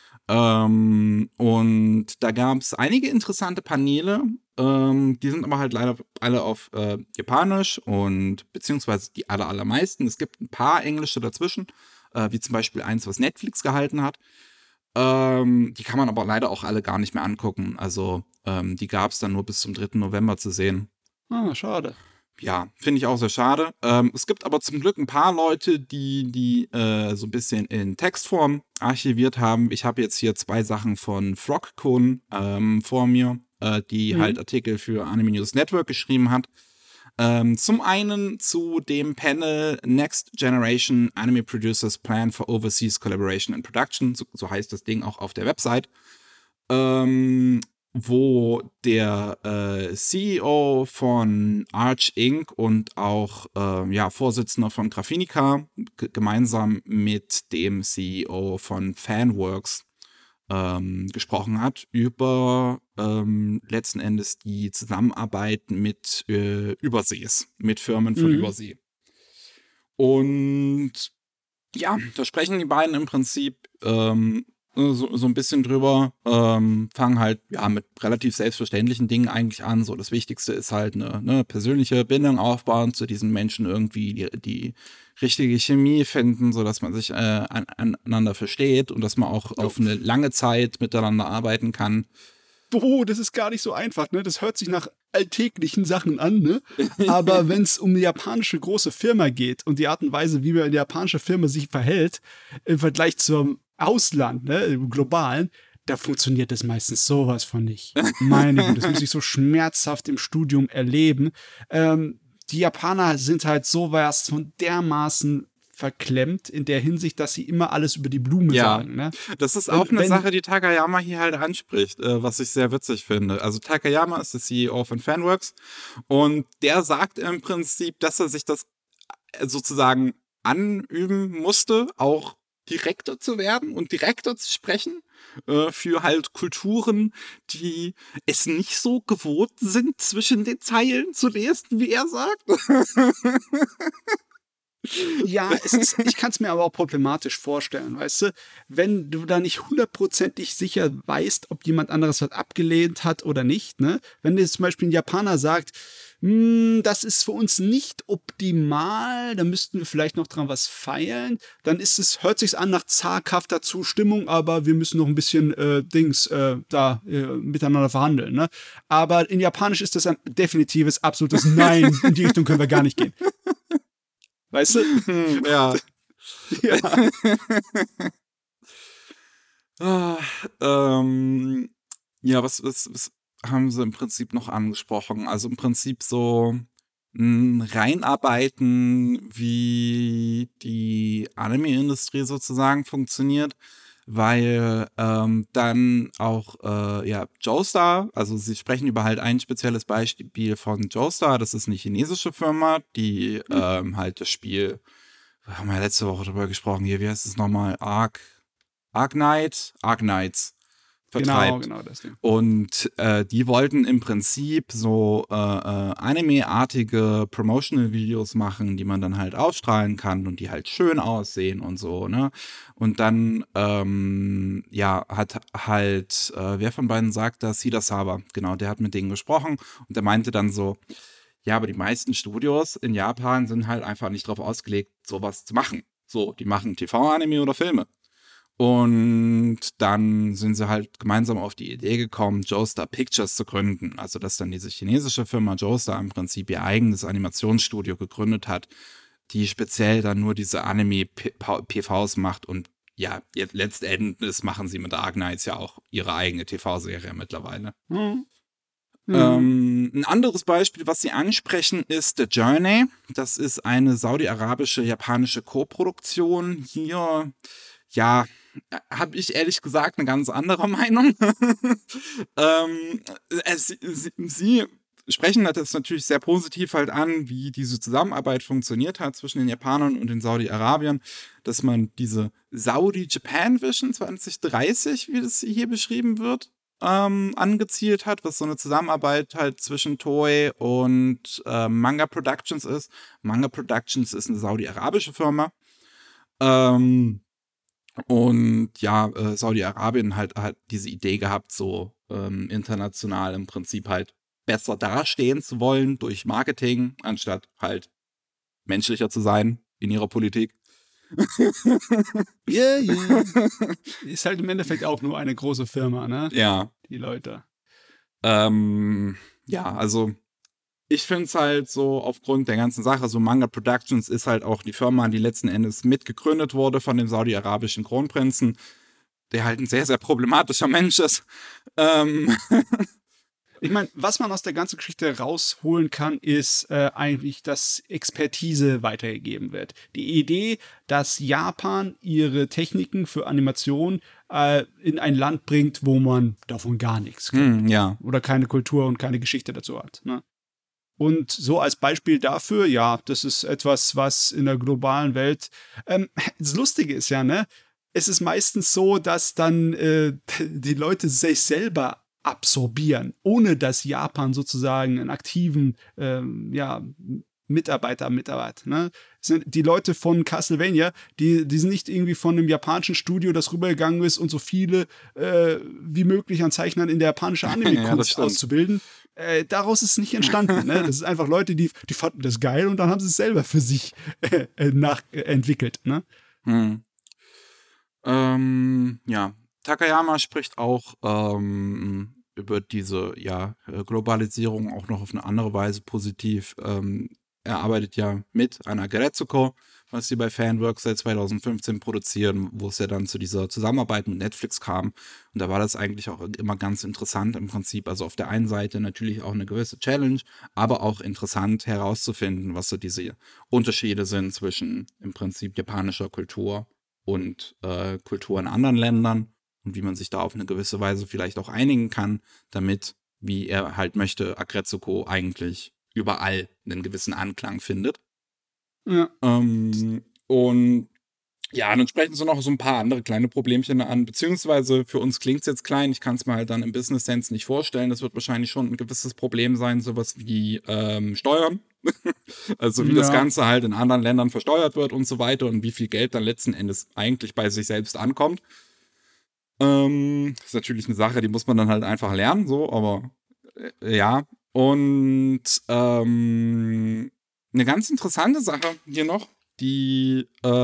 Und da gab es einige interessante Paneele, die sind aber halt leider alle auf Japanisch und beziehungsweise die allermeisten. Es gibt ein paar englische dazwischen, wie zum Beispiel eins, was Netflix gehalten hat. Die kann man aber leider auch alle gar nicht mehr angucken. Also die gab es dann nur bis zum 3. November zu sehen. Ah, schade. Ja, finde ich auch sehr schade. Es gibt aber zum Glück ein paar Leute, die so ein bisschen in Textform archiviert haben. Ich habe jetzt hier 2 Sachen von FrogCon vor mir, die halt Artikel für Anime News Network geschrieben hat. Zum einen zu dem Panel Next Generation Anime Producers Plan for Overseas Collaboration and Production. So heißt das Ding auch auf der Website. wo der CEO von Arch Inc. und auch Vorsitzender von Graphinica gemeinsam mit dem CEO von Fanworks gesprochen hat über letzten Endes die Zusammenarbeit mit Übersees, mit Firmen von Übersee. Und ja, da sprechen die beiden im Prinzip so ein bisschen drüber, fangen halt mit relativ selbstverständlichen Dingen eigentlich an. So, das Wichtigste ist halt eine persönliche Bindung aufbauen zu diesen Menschen, irgendwie die richtige Chemie finden, sodass man sich aneinander versteht und dass man auch auf eine lange Zeit miteinander arbeiten kann. Oh, das ist gar nicht so einfach, ne? Das hört sich nach alltäglichen Sachen an, ne? Aber wenn es um eine japanische große Firma geht und die Art und Weise, wie eine japanische Firma sich verhält, im Vergleich zum Ausland, ne, im globalen, da funktioniert das meistens sowas von nicht. Meine Güte, das muss ich so schmerzhaft im Studium erleben. Die Japaner sind halt sowas von dermaßen verklemmt in der Hinsicht, dass sie immer alles über die Blume sagen. Ne? Das ist auch eine Sache, die Takayama hier halt anspricht, was ich sehr witzig finde. Also Takayama ist der CEO von Fanworks und der sagt im Prinzip, dass er sich das sozusagen anüben musste, auch direkter zu werden und direkter zu sprechen für halt Kulturen, die es nicht so gewohnt sind, zwischen den Zeilen zu lesen, wie er sagt. Ja, ich kann es mir aber auch problematisch vorstellen, weißt du? Wenn du da nicht hundertprozentig sicher weißt, ob jemand anderes was abgelehnt hat oder nicht, ne? Wenn dir zum Beispiel ein Japaner sagt, das ist für uns nicht optimal, da müssten wir vielleicht noch dran was feilen, dann hört sich's an nach zaghafter Zustimmung, aber wir müssen noch ein bisschen miteinander verhandeln, ne? Aber in Japanisch ist das ein definitives, absolutes Nein, in die Richtung können wir gar nicht gehen. Weißt du? Ja. Was haben sie im Prinzip noch angesprochen? Also im Prinzip so reinarbeiten, wie die Anime-Industrie sozusagen funktioniert, weil dann auch Joestar, also sie sprechen über halt ein spezielles Beispiel von Joestar, das ist eine chinesische Firma, die halt das Spiel, wir haben ja letzte Woche drüber gesprochen, hier, wie heißt es nochmal, Arknights vertreibt. Genau das Ding. Und die wollten im Prinzip so Anime-artige Promotional-Videos machen, die man dann halt ausstrahlen kann und die halt schön aussehen und so, ne? Und dann, hat halt, wer von beiden sagt das? Hida-Saba, genau, der hat mit denen gesprochen und der meinte dann so, ja, aber die meisten Studios in Japan sind halt einfach nicht drauf ausgelegt, sowas zu machen. So, die machen TV-Anime oder Filme. Und dann sind sie halt gemeinsam auf die Idee gekommen, Joestar Pictures zu gründen. Also, dass dann diese chinesische Firma Joestar im Prinzip ihr eigenes Animationsstudio gegründet hat, die speziell dann nur diese Anime-PVs macht. Und ja, letztendlich machen sie mit Arknights ja auch ihre eigene TV-Serie mittlerweile. Ein anderes Beispiel, was sie ansprechen, ist The Journey. Das ist eine saudi-arabische-japanische Co-Produktion. Hier, ja, habe ich ehrlich gesagt eine ganz andere Meinung. Sie sprechen das natürlich sehr positiv halt an, wie diese Zusammenarbeit funktioniert hat zwischen den Japanern und den Saudi-Arabiern, dass man diese Saudi-Japan-Vision 2030, wie das hier beschrieben wird, angezielt hat, was so eine Zusammenarbeit halt zwischen Toei und Manga Productions ist. Manga Productions ist eine saudi-arabische Firma. Und ja, Saudi-Arabien hat diese Idee gehabt, so international im Prinzip halt besser dastehen zu wollen durch Marketing, anstatt halt menschlicher zu sein in ihrer Politik. Yeah. Ist halt im Endeffekt auch nur eine große Firma, ne? Ja. Die Leute. Also ich finde es halt so aufgrund der ganzen Sache, so Manga Productions ist halt auch die Firma, die letzten Endes mitgegründet wurde von dem saudi-arabischen Kronprinzen, der halt ein sehr, sehr problematischer Mensch ist. Ich meine, was man aus der ganzen Geschichte rausholen kann, ist eigentlich, dass Expertise weitergegeben wird. Die Idee, dass Japan ihre Techniken für Animation in ein Land bringt, wo man davon gar nichts kennt. Ja. Oder keine Kultur und keine Geschichte dazu hat. Ne? Und so als Beispiel dafür, ja, das ist etwas, was in der globalen Welt. Das Lustige ist ja, ne? Es ist meistens so, dass dann die Leute sich selber absorbieren, ohne dass Japan sozusagen einen aktiven Mitarbeiter mitarbeitet. Ne? Die Leute von Castlevania, die sind nicht irgendwie von einem japanischen Studio, das rübergegangen ist und so viele wie möglich an Zeichnern in der japanischen Anime-Kunst auszubilden. Daraus ist es nicht entstanden. Ne? Das ist einfach Leute, die fanden das geil und dann haben sie es selber für sich entwickelt. Ne? Ja, Takayama spricht auch über diese Globalisierung auch noch auf eine andere Weise positiv. Er arbeitet ja mit einer Aggretsuko, was sie bei Fanworks seit 2015 produzieren, wo es ja dann zu dieser Zusammenarbeit mit Netflix kam. Und da war das eigentlich auch immer ganz interessant im Prinzip. Also auf der einen Seite natürlich auch eine gewisse Challenge, aber auch interessant herauszufinden, was so diese Unterschiede sind zwischen im Prinzip japanischer Kultur und Kultur in anderen Ländern und wie man sich da auf eine gewisse Weise vielleicht auch einigen kann, damit, wie er halt möchte, Aggretsuko eigentlich überall einen gewissen Anklang findet. Ja. Und ja, dann sprechen sie noch so ein paar andere kleine Problemchen an, beziehungsweise für uns klingt es jetzt klein, ich kann es mir halt dann im Business Sense nicht vorstellen, das wird wahrscheinlich schon ein gewisses Problem sein, sowas wie Steuern, also wie das Ganze halt in anderen Ländern versteuert wird und so weiter und wie viel Geld dann letzten Endes eigentlich bei sich selbst ankommt. Ist natürlich eine Sache, die muss man dann halt einfach lernen, so, aber ja. Und eine ganz interessante Sache hier noch, die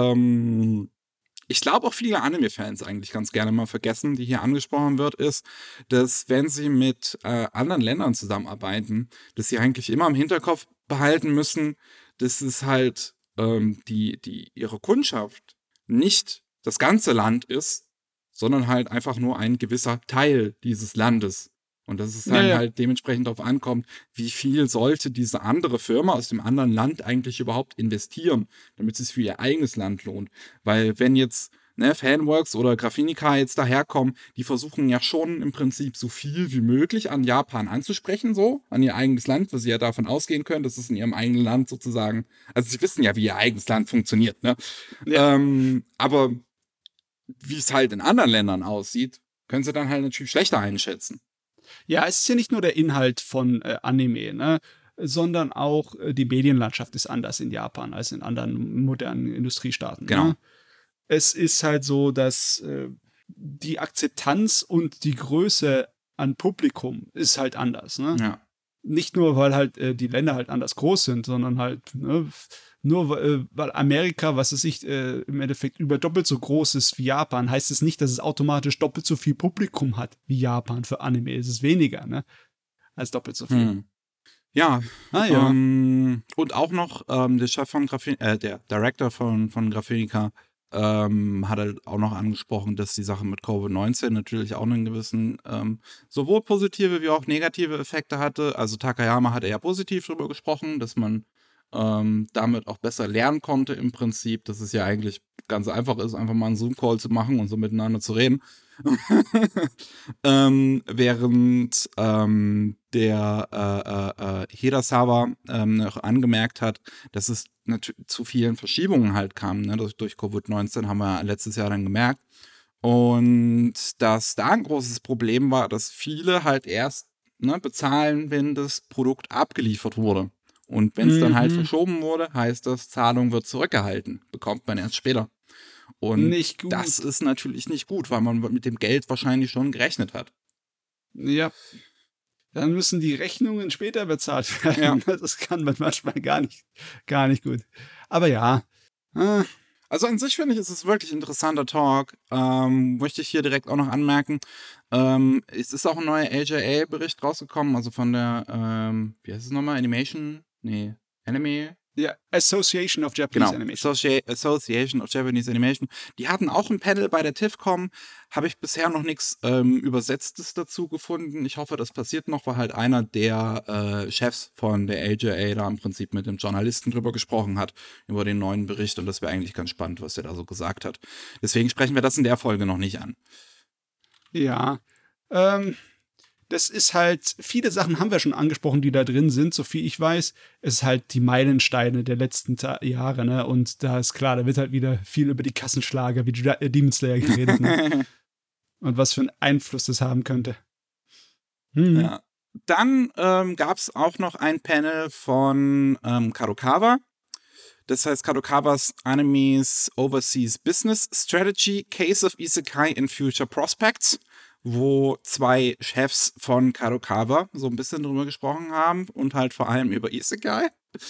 ich glaube auch viele Anime-Fans eigentlich ganz gerne mal vergessen, die hier angesprochen wird, ist, dass wenn sie mit anderen Ländern zusammenarbeiten, dass sie eigentlich immer im Hinterkopf behalten müssen, dass es halt ihre Kundschaft nicht das ganze Land ist, sondern halt einfach nur ein gewisser Teil dieses Landes. Und dass es dann halt dementsprechend darauf ankommt, wie viel sollte diese andere Firma aus dem anderen Land eigentlich überhaupt investieren, damit es sich für ihr eigenes Land lohnt. Weil wenn jetzt Fanworks oder Graphinica jetzt daherkommen, die versuchen ja schon im Prinzip so viel wie möglich an Japan anzusprechen, so, an ihr eigenes Land, weil sie ja davon ausgehen können, dass es in ihrem eigenen Land sozusagen, also sie wissen ja, wie ihr eigenes Land funktioniert, ne? Ja. Aber wie es halt in anderen Ländern aussieht, können sie dann halt natürlich schlechter einschätzen. Ja, es ist ja nicht nur der Inhalt von Anime, ne, sondern auch die Medienlandschaft ist anders in Japan als in anderen modernen Industriestaaten. Genau. Ne? Es ist halt so, dass die Akzeptanz und die Größe an Publikum ist halt anders. Ne? Ja. Nicht nur, weil halt die Länder halt anders groß sind, sondern halt nur weil Amerika, was es sich im Endeffekt über doppelt so groß ist wie Japan, heißt es nicht, dass es automatisch doppelt so viel Publikum hat wie Japan für Anime. Es ist weniger, ne? Als doppelt so viel. Ja. Ja. Und auch noch der Chef von der Director von Graphinica hat halt auch noch angesprochen, dass die Sache mit Covid-19 natürlich auch einen gewissen sowohl positive wie auch negative Effekte hatte. Also Takayama hat ja positiv darüber gesprochen, dass man damit auch besser lernen konnte im Prinzip, dass es ja eigentlich ganz einfach ist, einfach mal einen Zoom-Call zu machen und so miteinander zu reden. Während der Hirasawa noch angemerkt hat, dass es zu vielen Verschiebungen halt kam. Ne? Durch Covid-19 haben wir letztes Jahr dann gemerkt. Und dass da ein großes Problem war, dass viele halt erst bezahlen, wenn das Produkt abgeliefert wurde. Und wenn es dann halt verschoben wurde, heißt das, Zahlung wird zurückgehalten. Bekommt man erst später. Und das ist natürlich nicht gut, weil man mit dem Geld wahrscheinlich schon gerechnet hat. Ja. Dann müssen die Rechnungen später bezahlt werden. Ja. Das kann man manchmal gar nicht gut. Aber ja. Also an sich finde ich, ist es wirklich ein interessanter Talk. Möchte ich hier direkt auch noch anmerken. Es ist auch ein neuer AJA-Bericht rausgekommen, also von der, wie heißt es nochmal? Anime Ja, Association of Japanese Genau, Animation. Association of Japanese Animation. Die hatten auch ein Panel bei der TIFCOM. Habe ich bisher noch nichts Übersetztes dazu gefunden. Ich hoffe, das passiert noch, weil halt einer der Chefs von der AJA da im Prinzip mit dem Journalisten drüber gesprochen hat, über den neuen Bericht. Und das wäre eigentlich ganz spannend, was er da so gesagt hat. Deswegen sprechen wir das in der Folge noch nicht an. Ja, das ist halt, viele Sachen haben wir schon angesprochen, die da drin sind, so viel ich weiß. Es ist halt die Meilensteine der letzten Jahre, ne? Und da ist klar, da wird halt wieder viel über die Kassenschlager wie Demon Slayer geredet, ne? Und was für einen Einfluss das haben könnte. Ja. Dann gab es auch noch ein Panel von Kadokawa. Das heißt Kadokawas Animes Overseas Business Strategy, Case of Isekai and Future Prospects, wo 2 Chefs von Kadokawa so ein bisschen drüber gesprochen haben und halt vor allem über Isekai.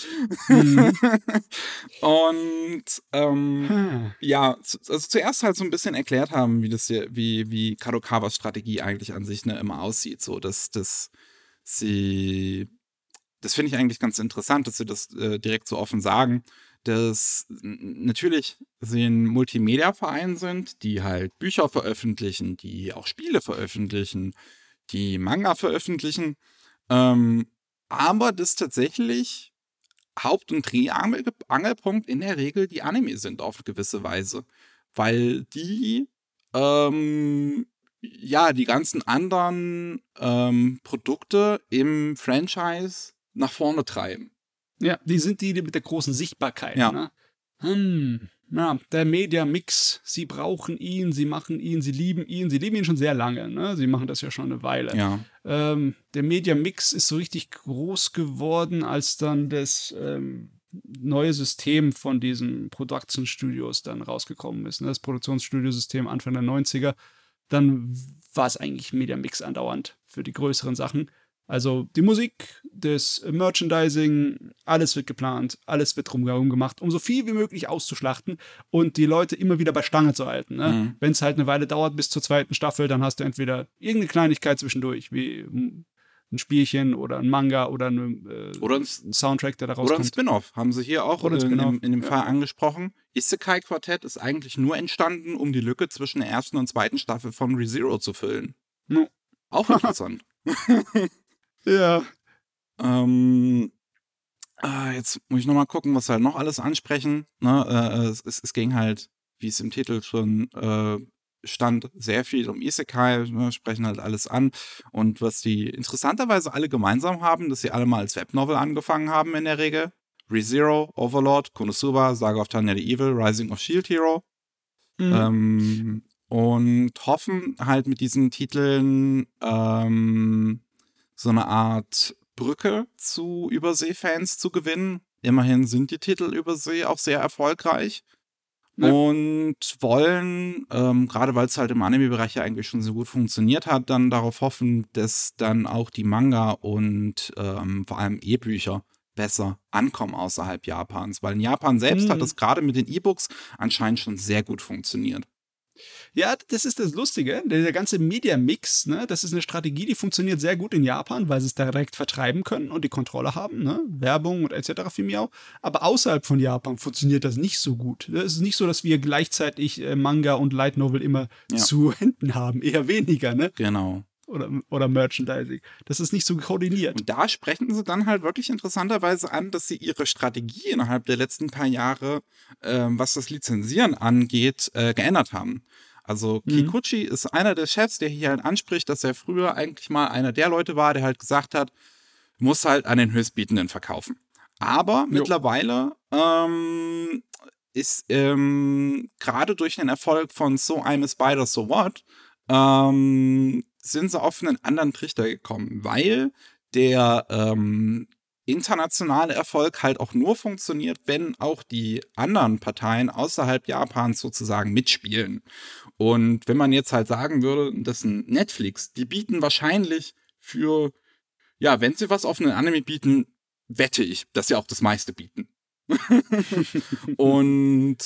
Und ja, also zuerst halt so ein bisschen erklärt haben, wie das hier, wie Kadokawas Strategie eigentlich an sich immer aussieht. So, das finde ich eigentlich ganz interessant, dass sie das direkt so offen sagen, dass natürlich sie ein Multimedia-Verein sind, die halt Bücher veröffentlichen, die auch Spiele veröffentlichen, die Manga veröffentlichen, aber das tatsächlich Haupt- und Drehangelpunkt in der Regel die Anime sind auf gewisse Weise, weil die ja die ganzen anderen Produkte im Franchise nach vorne treiben. Ja, die sind die mit der großen Sichtbarkeit. Ja. Ne? Ja, der Media-Mix, sie brauchen ihn, sie machen ihn, sie lieben ihn schon sehr lange. Ne? Sie machen das ja schon eine Weile. Ja. Der Media-Mix ist so richtig groß geworden, als dann das neue System von diesen Production Studios dann rausgekommen ist. Ne? Das Produktionsstudiosystem Anfang der 90er. Dann war es eigentlich Media-Mix andauernd für die größeren Sachen. Also die Musik, das Merchandising, alles wird geplant, alles wird drumherum gemacht, um so viel wie möglich auszuschlachten und die Leute immer wieder bei Stange zu halten. Ne? Mhm. Wenn es halt eine Weile dauert bis zur 2. Staffel, dann hast du entweder irgendeine Kleinigkeit zwischendurch, wie ein Spielchen oder ein Manga oder ein Soundtrack, der da rauskommt. Oder ein Spin-off, haben sie hier auch Oder ein Spin-off, in dem ja. Fall angesprochen. Isekai-Quartett ist eigentlich nur entstanden, um die Lücke zwischen der 1. und 2. Staffel von ReZero zu füllen. No. Auch interessant. Ja. Jetzt muss ich nochmal gucken, was wir halt noch alles ansprechen. Ne? Es ging halt, wie es im Titel schon stand, sehr viel um Isekai, ne? Sprechen halt alles an. Und was die interessanterweise alle gemeinsam haben, dass sie alle mal als Webnovel angefangen haben in der Regel. ReZero, Overlord, Konosuba, Saga of Tanya the Evil, Rising of Shield Hero. Und hoffen halt mit diesen Titeln so eine Art Brücke zu Übersee-Fans zu gewinnen. Immerhin sind die Titel Übersee auch sehr erfolgreich. Ja. Und wollen, gerade weil es halt im Anime-Bereich ja eigentlich schon so gut funktioniert hat, dann darauf hoffen, dass dann auch die Manga und vor allem E-Bücher besser ankommen außerhalb Japans. Weil in Japan selbst hat das gerade mit den E-Books anscheinend schon sehr gut funktioniert. Ja, das ist das Lustige. Der ganze Media-Mix, ne, das ist eine Strategie, die funktioniert sehr gut in Japan, weil sie es direkt vertreiben können und die Kontrolle haben, ne? Werbung und etc. für Miau. Aber außerhalb von Japan funktioniert das nicht so gut. Es ist nicht so, dass wir gleichzeitig Manga und Light Novel immer zu Händen haben. Eher weniger, ne? Genau. Oder Merchandising. Das ist nicht so koordiniert. Und da sprechen sie dann halt wirklich interessanterweise an, dass sie ihre Strategie innerhalb der letzten paar Jahre, was das Lizenzieren angeht, geändert haben. Also Kikuchi ist einer der Chefs, der hier halt anspricht, dass er früher eigentlich mal einer der Leute war, der halt gesagt hat, muss halt an den Höchstbietenden verkaufen. Aber mittlerweile ist gerade durch den Erfolg von So I'm a Spider, So What, sind sie auf einen anderen Trichter gekommen, weil der internationale Erfolg halt auch nur funktioniert, wenn auch die anderen Parteien außerhalb Japans sozusagen mitspielen. Und wenn man jetzt halt sagen würde, dass ein Netflix, die bieten wahrscheinlich für, ja, wenn sie was auf einen Anime bieten, wette ich, dass sie auch das meiste bieten. Und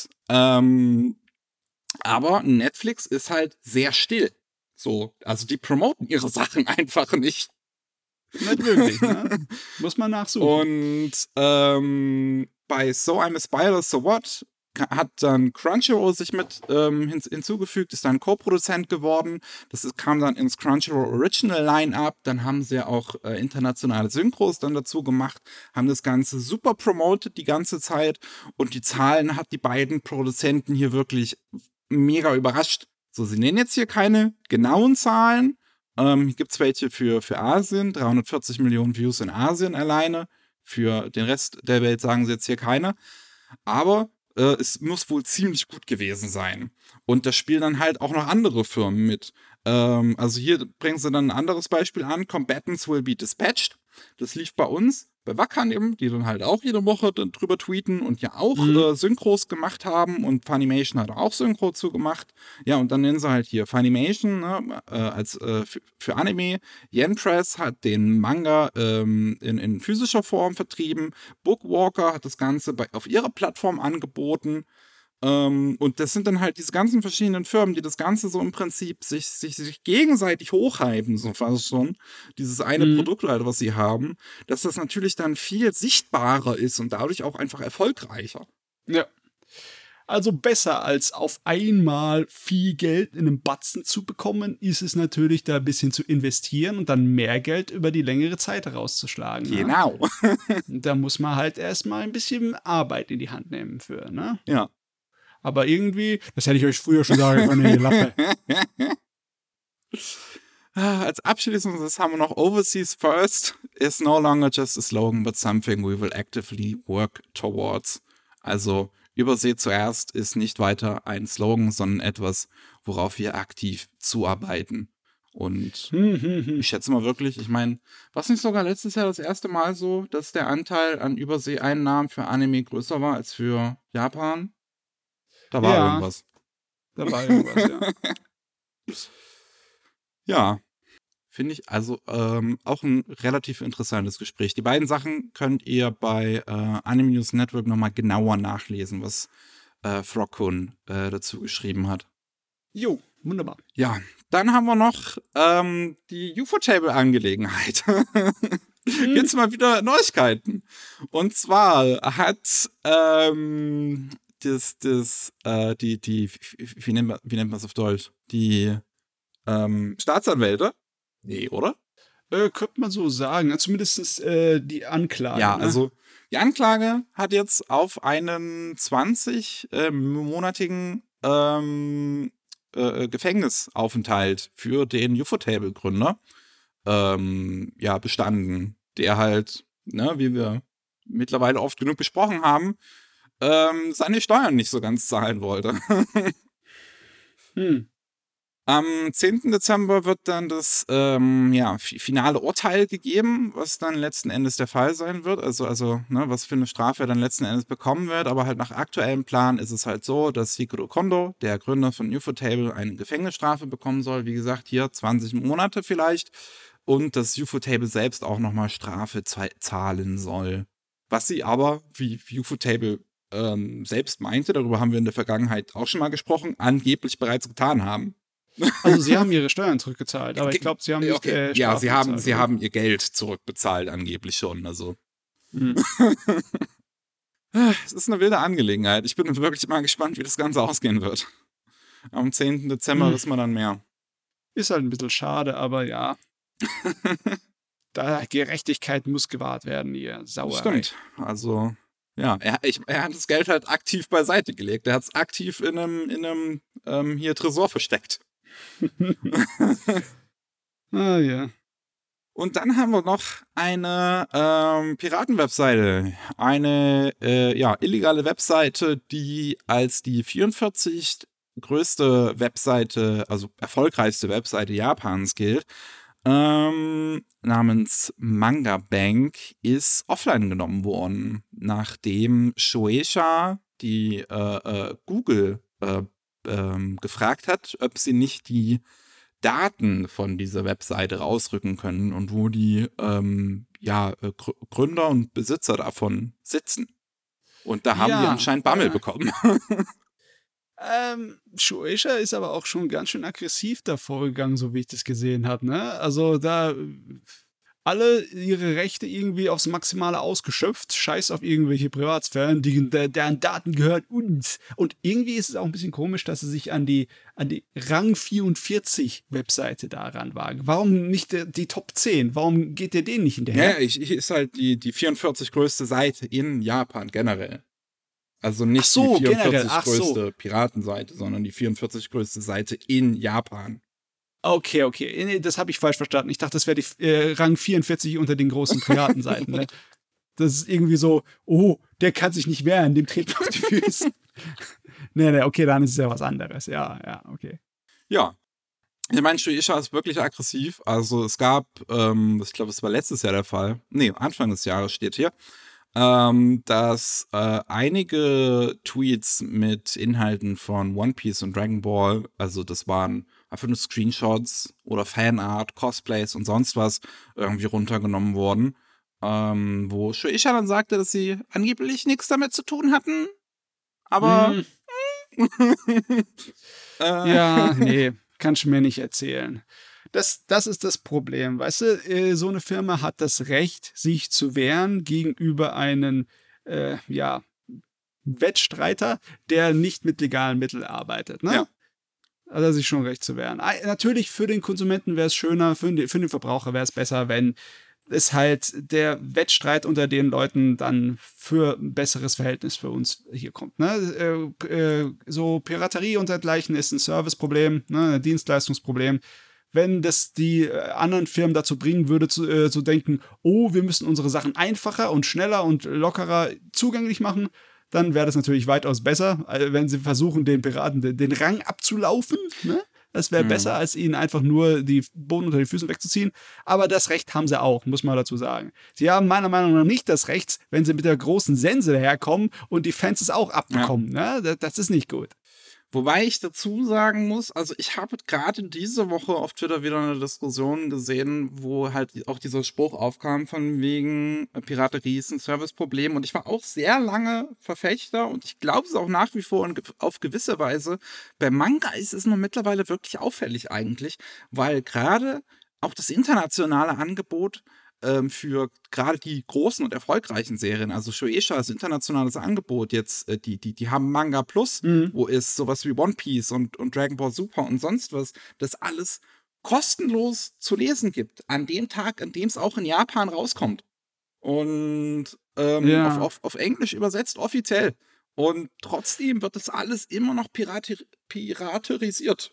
aber Netflix ist halt sehr still. So, also die promoten ihre Sachen einfach nicht. Nicht wirklich, ne? Muss man nachsuchen. Und bei So I'm a Spider, So What hat dann Crunchyroll sich mit hinzugefügt, ist dann Co-Produzent geworden. Kam dann ins Crunchyroll Original Line-Up. Dann haben sie auch internationale Synchros dann dazu gemacht, haben das Ganze super promoted die ganze Zeit und die Zahlen hat die beiden Produzenten hier wirklich mega überrascht. So, sie nennen jetzt hier keine genauen Zahlen. Hier gibt es welche für Asien, 340 Millionen Views in Asien alleine. Für den Rest der Welt sagen sie jetzt hier keine. Aber es muss wohl ziemlich gut gewesen sein. Und da spielen dann halt auch noch andere Firmen mit. Also hier bringen sie dann ein anderes Beispiel an. Combatants Will Be Dispatched. Das lief bei uns, bei Wakan eben, die dann halt auch jede Woche dann drüber tweeten und ja auch Synchros gemacht haben. Und Funimation hat auch Synchro zugemacht. Ja, und dann nennen sie halt hier Funimation, ne, für Anime. Yen Press hat den Manga in physischer Form vertrieben. Bookwalker hat das Ganze auf ihrer Plattform angeboten. Und das sind dann halt diese ganzen verschiedenen Firmen, die das Ganze so im Prinzip sich gegenseitig hochhypen, so fast schon. Dieses eine Produkt halt, was sie haben, dass das natürlich dann viel sichtbarer ist und dadurch auch einfach erfolgreicher. Ja. Also besser als auf einmal viel Geld in einem Batzen zu bekommen, ist es natürlich da ein bisschen zu investieren und dann mehr Geld über die längere Zeit herauszuschlagen. Genau. Ne? Da muss man halt erstmal ein bisschen Arbeit in die Hand nehmen für, ne? Ja. Aber irgendwie, das hätte ich euch früher schon sagen können, die Lappe. Als abschließendes haben wir noch Overseas First is no longer just a slogan, but something we will actively work towards. Also Übersee zuerst ist nicht weiter ein Slogan, sondern etwas, worauf wir aktiv zuarbeiten. Und ich schätze mal wirklich, ich meine, was nicht sogar letztes Jahr das erste Mal so, dass der Anteil an Übersee-Einnahmen für Anime größer war als für Japan? Da war irgendwas. Da war irgendwas, ja. Ja, finde ich also auch ein relativ interessantes Gespräch. Die beiden Sachen könnt ihr bei Anime News Network nochmal genauer nachlesen, was Frog-kun dazu geschrieben hat. Jo, wunderbar. Ja, dann haben wir noch die UFO-Table-Angelegenheit. Jetzt mal wieder Neuigkeiten. Und zwar hat wie nennt man es auf Deutsch? Die Staatsanwälte? Nee, oder? Könnte man so sagen. Zumindest die Anklage. Ja, ne? also die Anklage hat jetzt auf einen 20-monatigen Gefängnisaufenthalt für den UFO-Table-Gründer bestanden, der halt, ne, wie wir mittlerweile oft genug besprochen haben, seine Steuern nicht so ganz zahlen wollte. Am 10. Dezember wird dann das finale Urteil gegeben, was dann letzten Endes der Fall sein wird. Also was für eine Strafe er dann letzten Endes bekommen wird. Aber halt nach aktuellem Plan ist es halt so, dass Hikaru Kondo, der Gründer von UFO-Table, eine Gefängnisstrafe bekommen soll. Wie gesagt, hier 20 Monate vielleicht. Und dass UFO-Table selbst auch nochmal Strafe zahlen soll. Was sie aber, wie UFO-Table selbst meinte, darüber haben wir in der Vergangenheit auch schon mal gesprochen, angeblich bereits getan haben. Also sie haben ihre Steuern zurückgezahlt, aber ich glaube, sie haben nicht Strafen sie haben ihr Geld zurückbezahlt, angeblich schon. Also es ist eine wilde Angelegenheit. Ich bin wirklich mal gespannt, wie das Ganze ausgehen wird. Am 10. Dezember wissen wir dann mehr. Ist halt ein bisschen schade, aber ja. Da Gerechtigkeit muss gewahrt werden, ihr Sauerei. Stimmt. Also ja, er hat das Geld halt aktiv beiseite gelegt. Er hat es aktiv in einem Tresor versteckt. Ja. Und dann haben wir noch eine Piratenwebseite. Eine illegale Webseite, die als die 44 größte Webseite, also erfolgreichste Webseite Japans gilt. Namens Manga Bank ist offline genommen worden, nachdem Shueisha die Google gefragt hat, ob sie nicht die Daten von dieser Webseite rausrücken können und wo die Gründer und Besitzer davon sitzen. Und da haben die anscheinend Bammel bekommen. Shueisha ist aber auch schon ganz schön aggressiv davor gegangen, so wie ich das gesehen habe, ne? Also da alle ihre Rechte irgendwie aufs Maximale ausgeschöpft, scheiß auf irgendwelche Privatsphären, deren Daten gehören uns. Und irgendwie ist es auch ein bisschen komisch, dass sie sich an die Rang 44 Webseite daran wagen. Warum nicht die Top 10? Warum geht der denen nicht hinterher? Ja, ist halt die 44 größte Seite in Japan generell. Also nicht Ach so, die 44 generell, ach so. größte Piratenseite, sondern die 44 größte Seite in Japan. Okay. Nee, das habe ich falsch verstanden. Ich dachte, das wäre die Rang 44 unter den großen Piratenseiten. Ne? Das ist irgendwie so, oh, der kann sich nicht wehren, dem treten auf die Füße. Nee, okay, dann ist es ja was anderes. Ja, okay. Ja. Ich meine, Shueisha ist wirklich aggressiv. Also es gab, ich glaube, es war letztes Jahr der Fall. Nee, Anfang des Jahres steht hier. Dass einige Tweets mit Inhalten von One Piece und Dragon Ball, also das waren einfach nur Screenshots oder Fanart, Cosplays und sonst was, irgendwie runtergenommen wurden, wo Shueisha dann sagte, dass sie angeblich nichts damit zu tun hatten, aber ja, nee, kannst du mir nicht erzählen. Das ist das Problem, weißt du, so eine Firma hat das Recht, sich zu wehren gegenüber einem, Wettstreiter, der nicht mit legalen Mitteln arbeitet, ne? Ja. Hat er sich schon recht zu wehren. Natürlich, für den Konsumenten wäre es schöner, für den Verbraucher wäre es besser, wenn es halt der Wettstreit unter den Leuten dann für ein besseres Verhältnis für uns hier kommt. Ne? So Piraterie und dergleichen ist ein Serviceproblem, ne? Ein Dienstleistungsproblem. Wenn das die anderen Firmen dazu bringen würde, zu denken, oh, wir müssen unsere Sachen einfacher und schneller und lockerer zugänglich machen, dann wäre das natürlich weitaus besser, wenn sie versuchen, den Piraten den Rang abzulaufen. Ne? Das wäre besser, als ihnen einfach nur die Boden unter den Füßen wegzuziehen. Aber das Recht haben sie auch, muss man dazu sagen. Sie haben meiner Meinung nach nicht das Recht, wenn sie mit der großen Sense daherkommen und die Fans es auch abbekommen. Ja. Ne? Das ist nicht gut. Wobei ich dazu sagen muss, also ich habe gerade diese Woche auf Twitter wieder eine Diskussion gesehen, wo halt auch dieser Spruch aufkam von wegen Piraterie ist ein Serviceproblem, und ich war auch sehr lange Verfechter und ich glaube es auch nach wie vor auf gewisse Weise. Bei Manga ist es nur mittlerweile wirklich auffällig eigentlich, weil gerade auch das internationale Angebot für gerade die großen und erfolgreichen Serien, also Shueisha, das internationales Angebot jetzt, die haben Manga Plus, wo es sowas wie One Piece und Dragon Ball Super und sonst was, das alles kostenlos zu lesen gibt, an dem Tag, an dem es auch in Japan rauskommt. Und auf Englisch übersetzt offiziell. Und trotzdem wird das alles immer noch piraterisiert.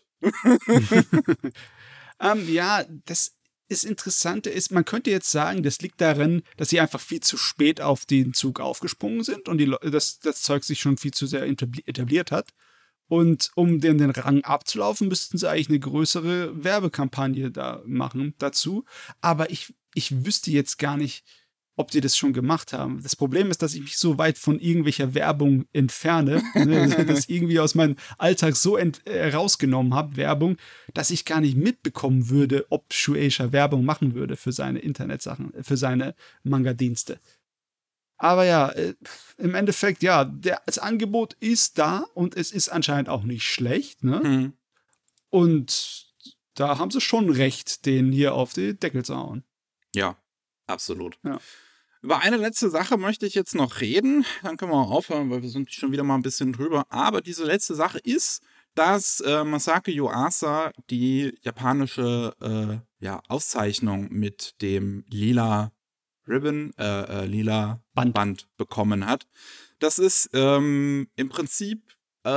Das Interessante ist, man könnte jetzt sagen, das liegt darin, dass sie einfach viel zu spät auf den Zug aufgesprungen sind und das Zeug sich schon viel zu sehr etabliert hat. Und um den Rang abzulaufen, müssten sie eigentlich eine größere Werbekampagne da machen dazu. Aber ich wüsste jetzt gar nicht, ob die das schon gemacht haben. Das Problem ist, dass ich mich so weit von irgendwelcher Werbung entferne, ne, das irgendwie aus meinem Alltag so rausgenommen habe, Werbung, dass ich gar nicht mitbekommen würde, ob Shueisha Werbung machen würde für seine Internetsachen, für seine Manga-Dienste. Aber ja, im Endeffekt, ja, das Angebot ist da und es ist anscheinend auch nicht schlecht, ne? Und da haben sie schon recht, den hier auf die Deckel zu hauen. Ja, absolut. Ja. Über eine letzte Sache möchte ich jetzt noch reden. Dann können wir auch aufhören, weil wir sind schon wieder mal ein bisschen drüber. Aber diese letzte Sache ist, dass Masaki Yuasa die japanische Auszeichnung mit dem lila Ribbon, lila Band bekommen hat. Das ist im Prinzip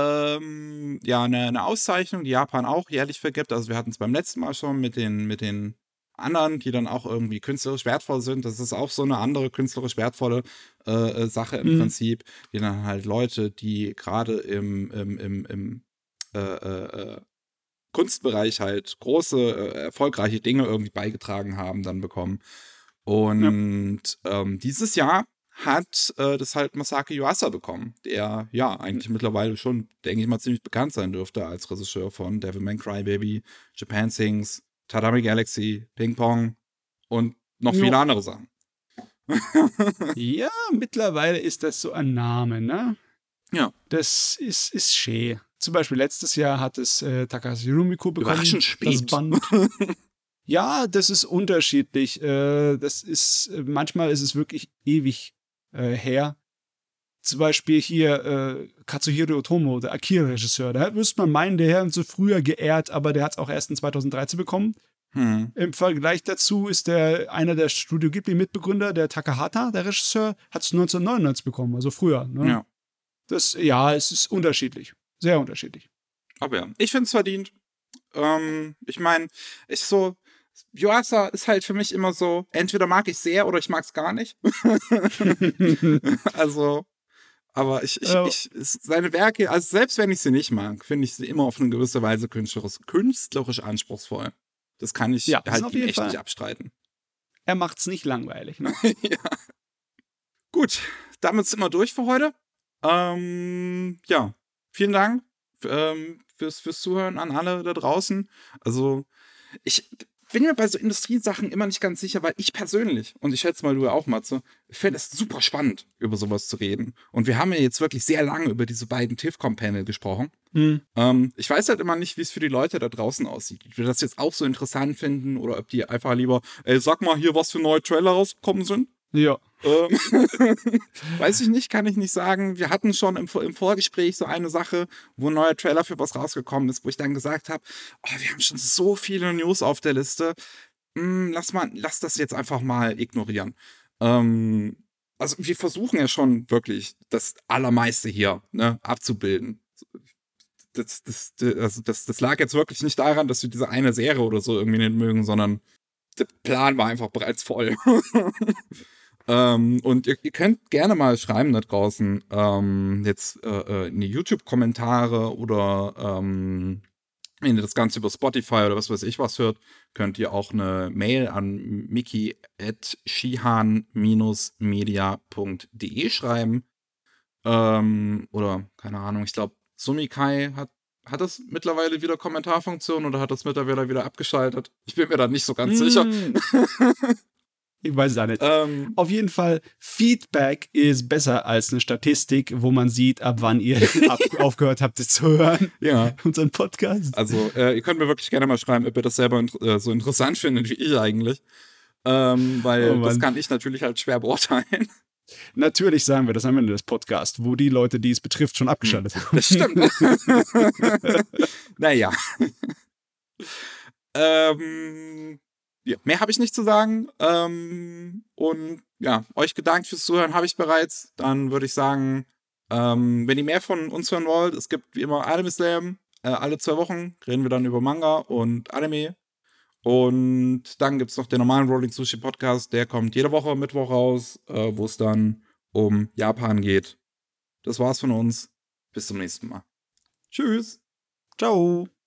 eine Auszeichnung, die Japan auch jährlich vergibt. Also wir hatten es beim letzten Mal schon mit den anderen, die dann auch irgendwie künstlerisch wertvoll sind. Das ist auch so eine andere künstlerisch wertvolle Sache im Prinzip, die dann halt Leute, die gerade im Kunstbereich halt große, erfolgreiche Dinge irgendwie beigetragen haben, dann bekommen. Und dieses Jahr hat das halt Masaki Yuasa bekommen, der ja eigentlich mittlerweile schon, denke ich mal, ziemlich bekannt sein dürfte als Regisseur von Devilman Crybaby, Japan Sings, Tatami Galaxy, Ping Pong und noch viele andere Sachen. Ja, mittlerweile ist das so ein Name, ne? Ja. Das ist schön. Zum Beispiel letztes Jahr hat es Takashi Rumiko bekommen. Überraschend spät. Das Band. Ja, das ist unterschiedlich. Manchmal ist es wirklich ewig her. Zum Beispiel hier Katsuhiro Otomo, der Akira-Regisseur. Da müsste man meinen, der hat so früher geehrt, aber der hat es auch erst in 2013 bekommen. Im Vergleich dazu ist einer der Studio Ghibli-Mitbegründer, der Takahata, der Regisseur, hat es 1999 bekommen, also früher. Ne? Ja. Es ist unterschiedlich. Sehr unterschiedlich. Aber ja, ich finde es verdient. Ich meine, Yuasa ist halt für mich immer so, entweder mag ich sehr oder ich mag es gar nicht. Also, aber seine Werke, also selbst wenn ich sie nicht mag, finde ich sie immer auf eine gewisse Weise künstlerisch anspruchsvoll. Das kann ich Ja, halt auf ihm jeden echt Fall. nicht abstreiten. Er macht's nicht langweilig. Ne? Ja. Gut, damit sind wir durch für heute. Ja, vielen Dank fürs Zuhören an alle da draußen. Also, ich bin mir bei so Industriesachen immer nicht ganz sicher, weil ich persönlich, und ich schätze mal, du ja auch, Matze, finde es super spannend, über sowas zu reden. Und wir haben ja jetzt wirklich sehr lange über diese beiden TIFCOM-Panel gesprochen. Ich weiß halt immer nicht, wie es für die Leute da draußen aussieht. Ob wir das jetzt auch so interessant finden oder ob die einfach lieber, sag mal hier, was für neue Trailer rausgekommen sind. Ja. Weiß ich nicht, kann ich nicht sagen. Wir hatten schon im Vorgespräch so eine Sache, wo ein neuer Trailer für was rausgekommen ist, wo ich dann gesagt habe, wir haben schon so viele News auf der Liste. Lass das jetzt einfach mal ignorieren. Also wir versuchen ja schon wirklich das Allermeiste hier abzubilden. Das lag jetzt wirklich nicht daran, dass wir diese eine Serie oder so irgendwie nicht mögen, sondern der Plan war einfach bereits voll. Und ihr könnt gerne mal schreiben da draußen, jetzt in die YouTube-Kommentare oder wenn ihr das Ganze über Spotify oder was weiß ich was hört, könnt ihr auch eine Mail an miki@shihan-media.de schreiben. Oder, keine Ahnung, ich glaube, Sumikai hat das mittlerweile wieder Kommentarfunktion oder hat das mittlerweile wieder abgeschaltet? Ich bin mir da nicht so ganz sicher. Ich weiß es auch nicht. Auf jeden Fall, Feedback ist besser als eine Statistik, wo man sieht, ab wann ihr aufgehört habt, es zu hören. Ja. Unseren Podcast. Also, ihr könnt mir wirklich gerne mal schreiben, ob ihr das selber so interessant findet wie ich eigentlich. Weil das kann ich natürlich halt schwer beurteilen. Natürlich sagen wir das am Ende des Podcasts, wo die Leute, die es betrifft, schon abgeschaltet haben. Das stimmt. Naja. Ja, mehr habe ich nicht zu sagen. Und ja, euch gedankt fürs Zuhören habe ich bereits. Dann würde ich sagen, wenn ihr mehr von uns hören wollt, es gibt wie immer Anime Slam. Alle 2 Wochen reden wir dann über Manga und Anime. Und dann gibt es noch den normalen Rolling Sushi Podcast. Der kommt jede Woche Mittwoch raus, wo es dann um Japan geht. Das war's von uns. Bis zum nächsten Mal. Tschüss. Ciao.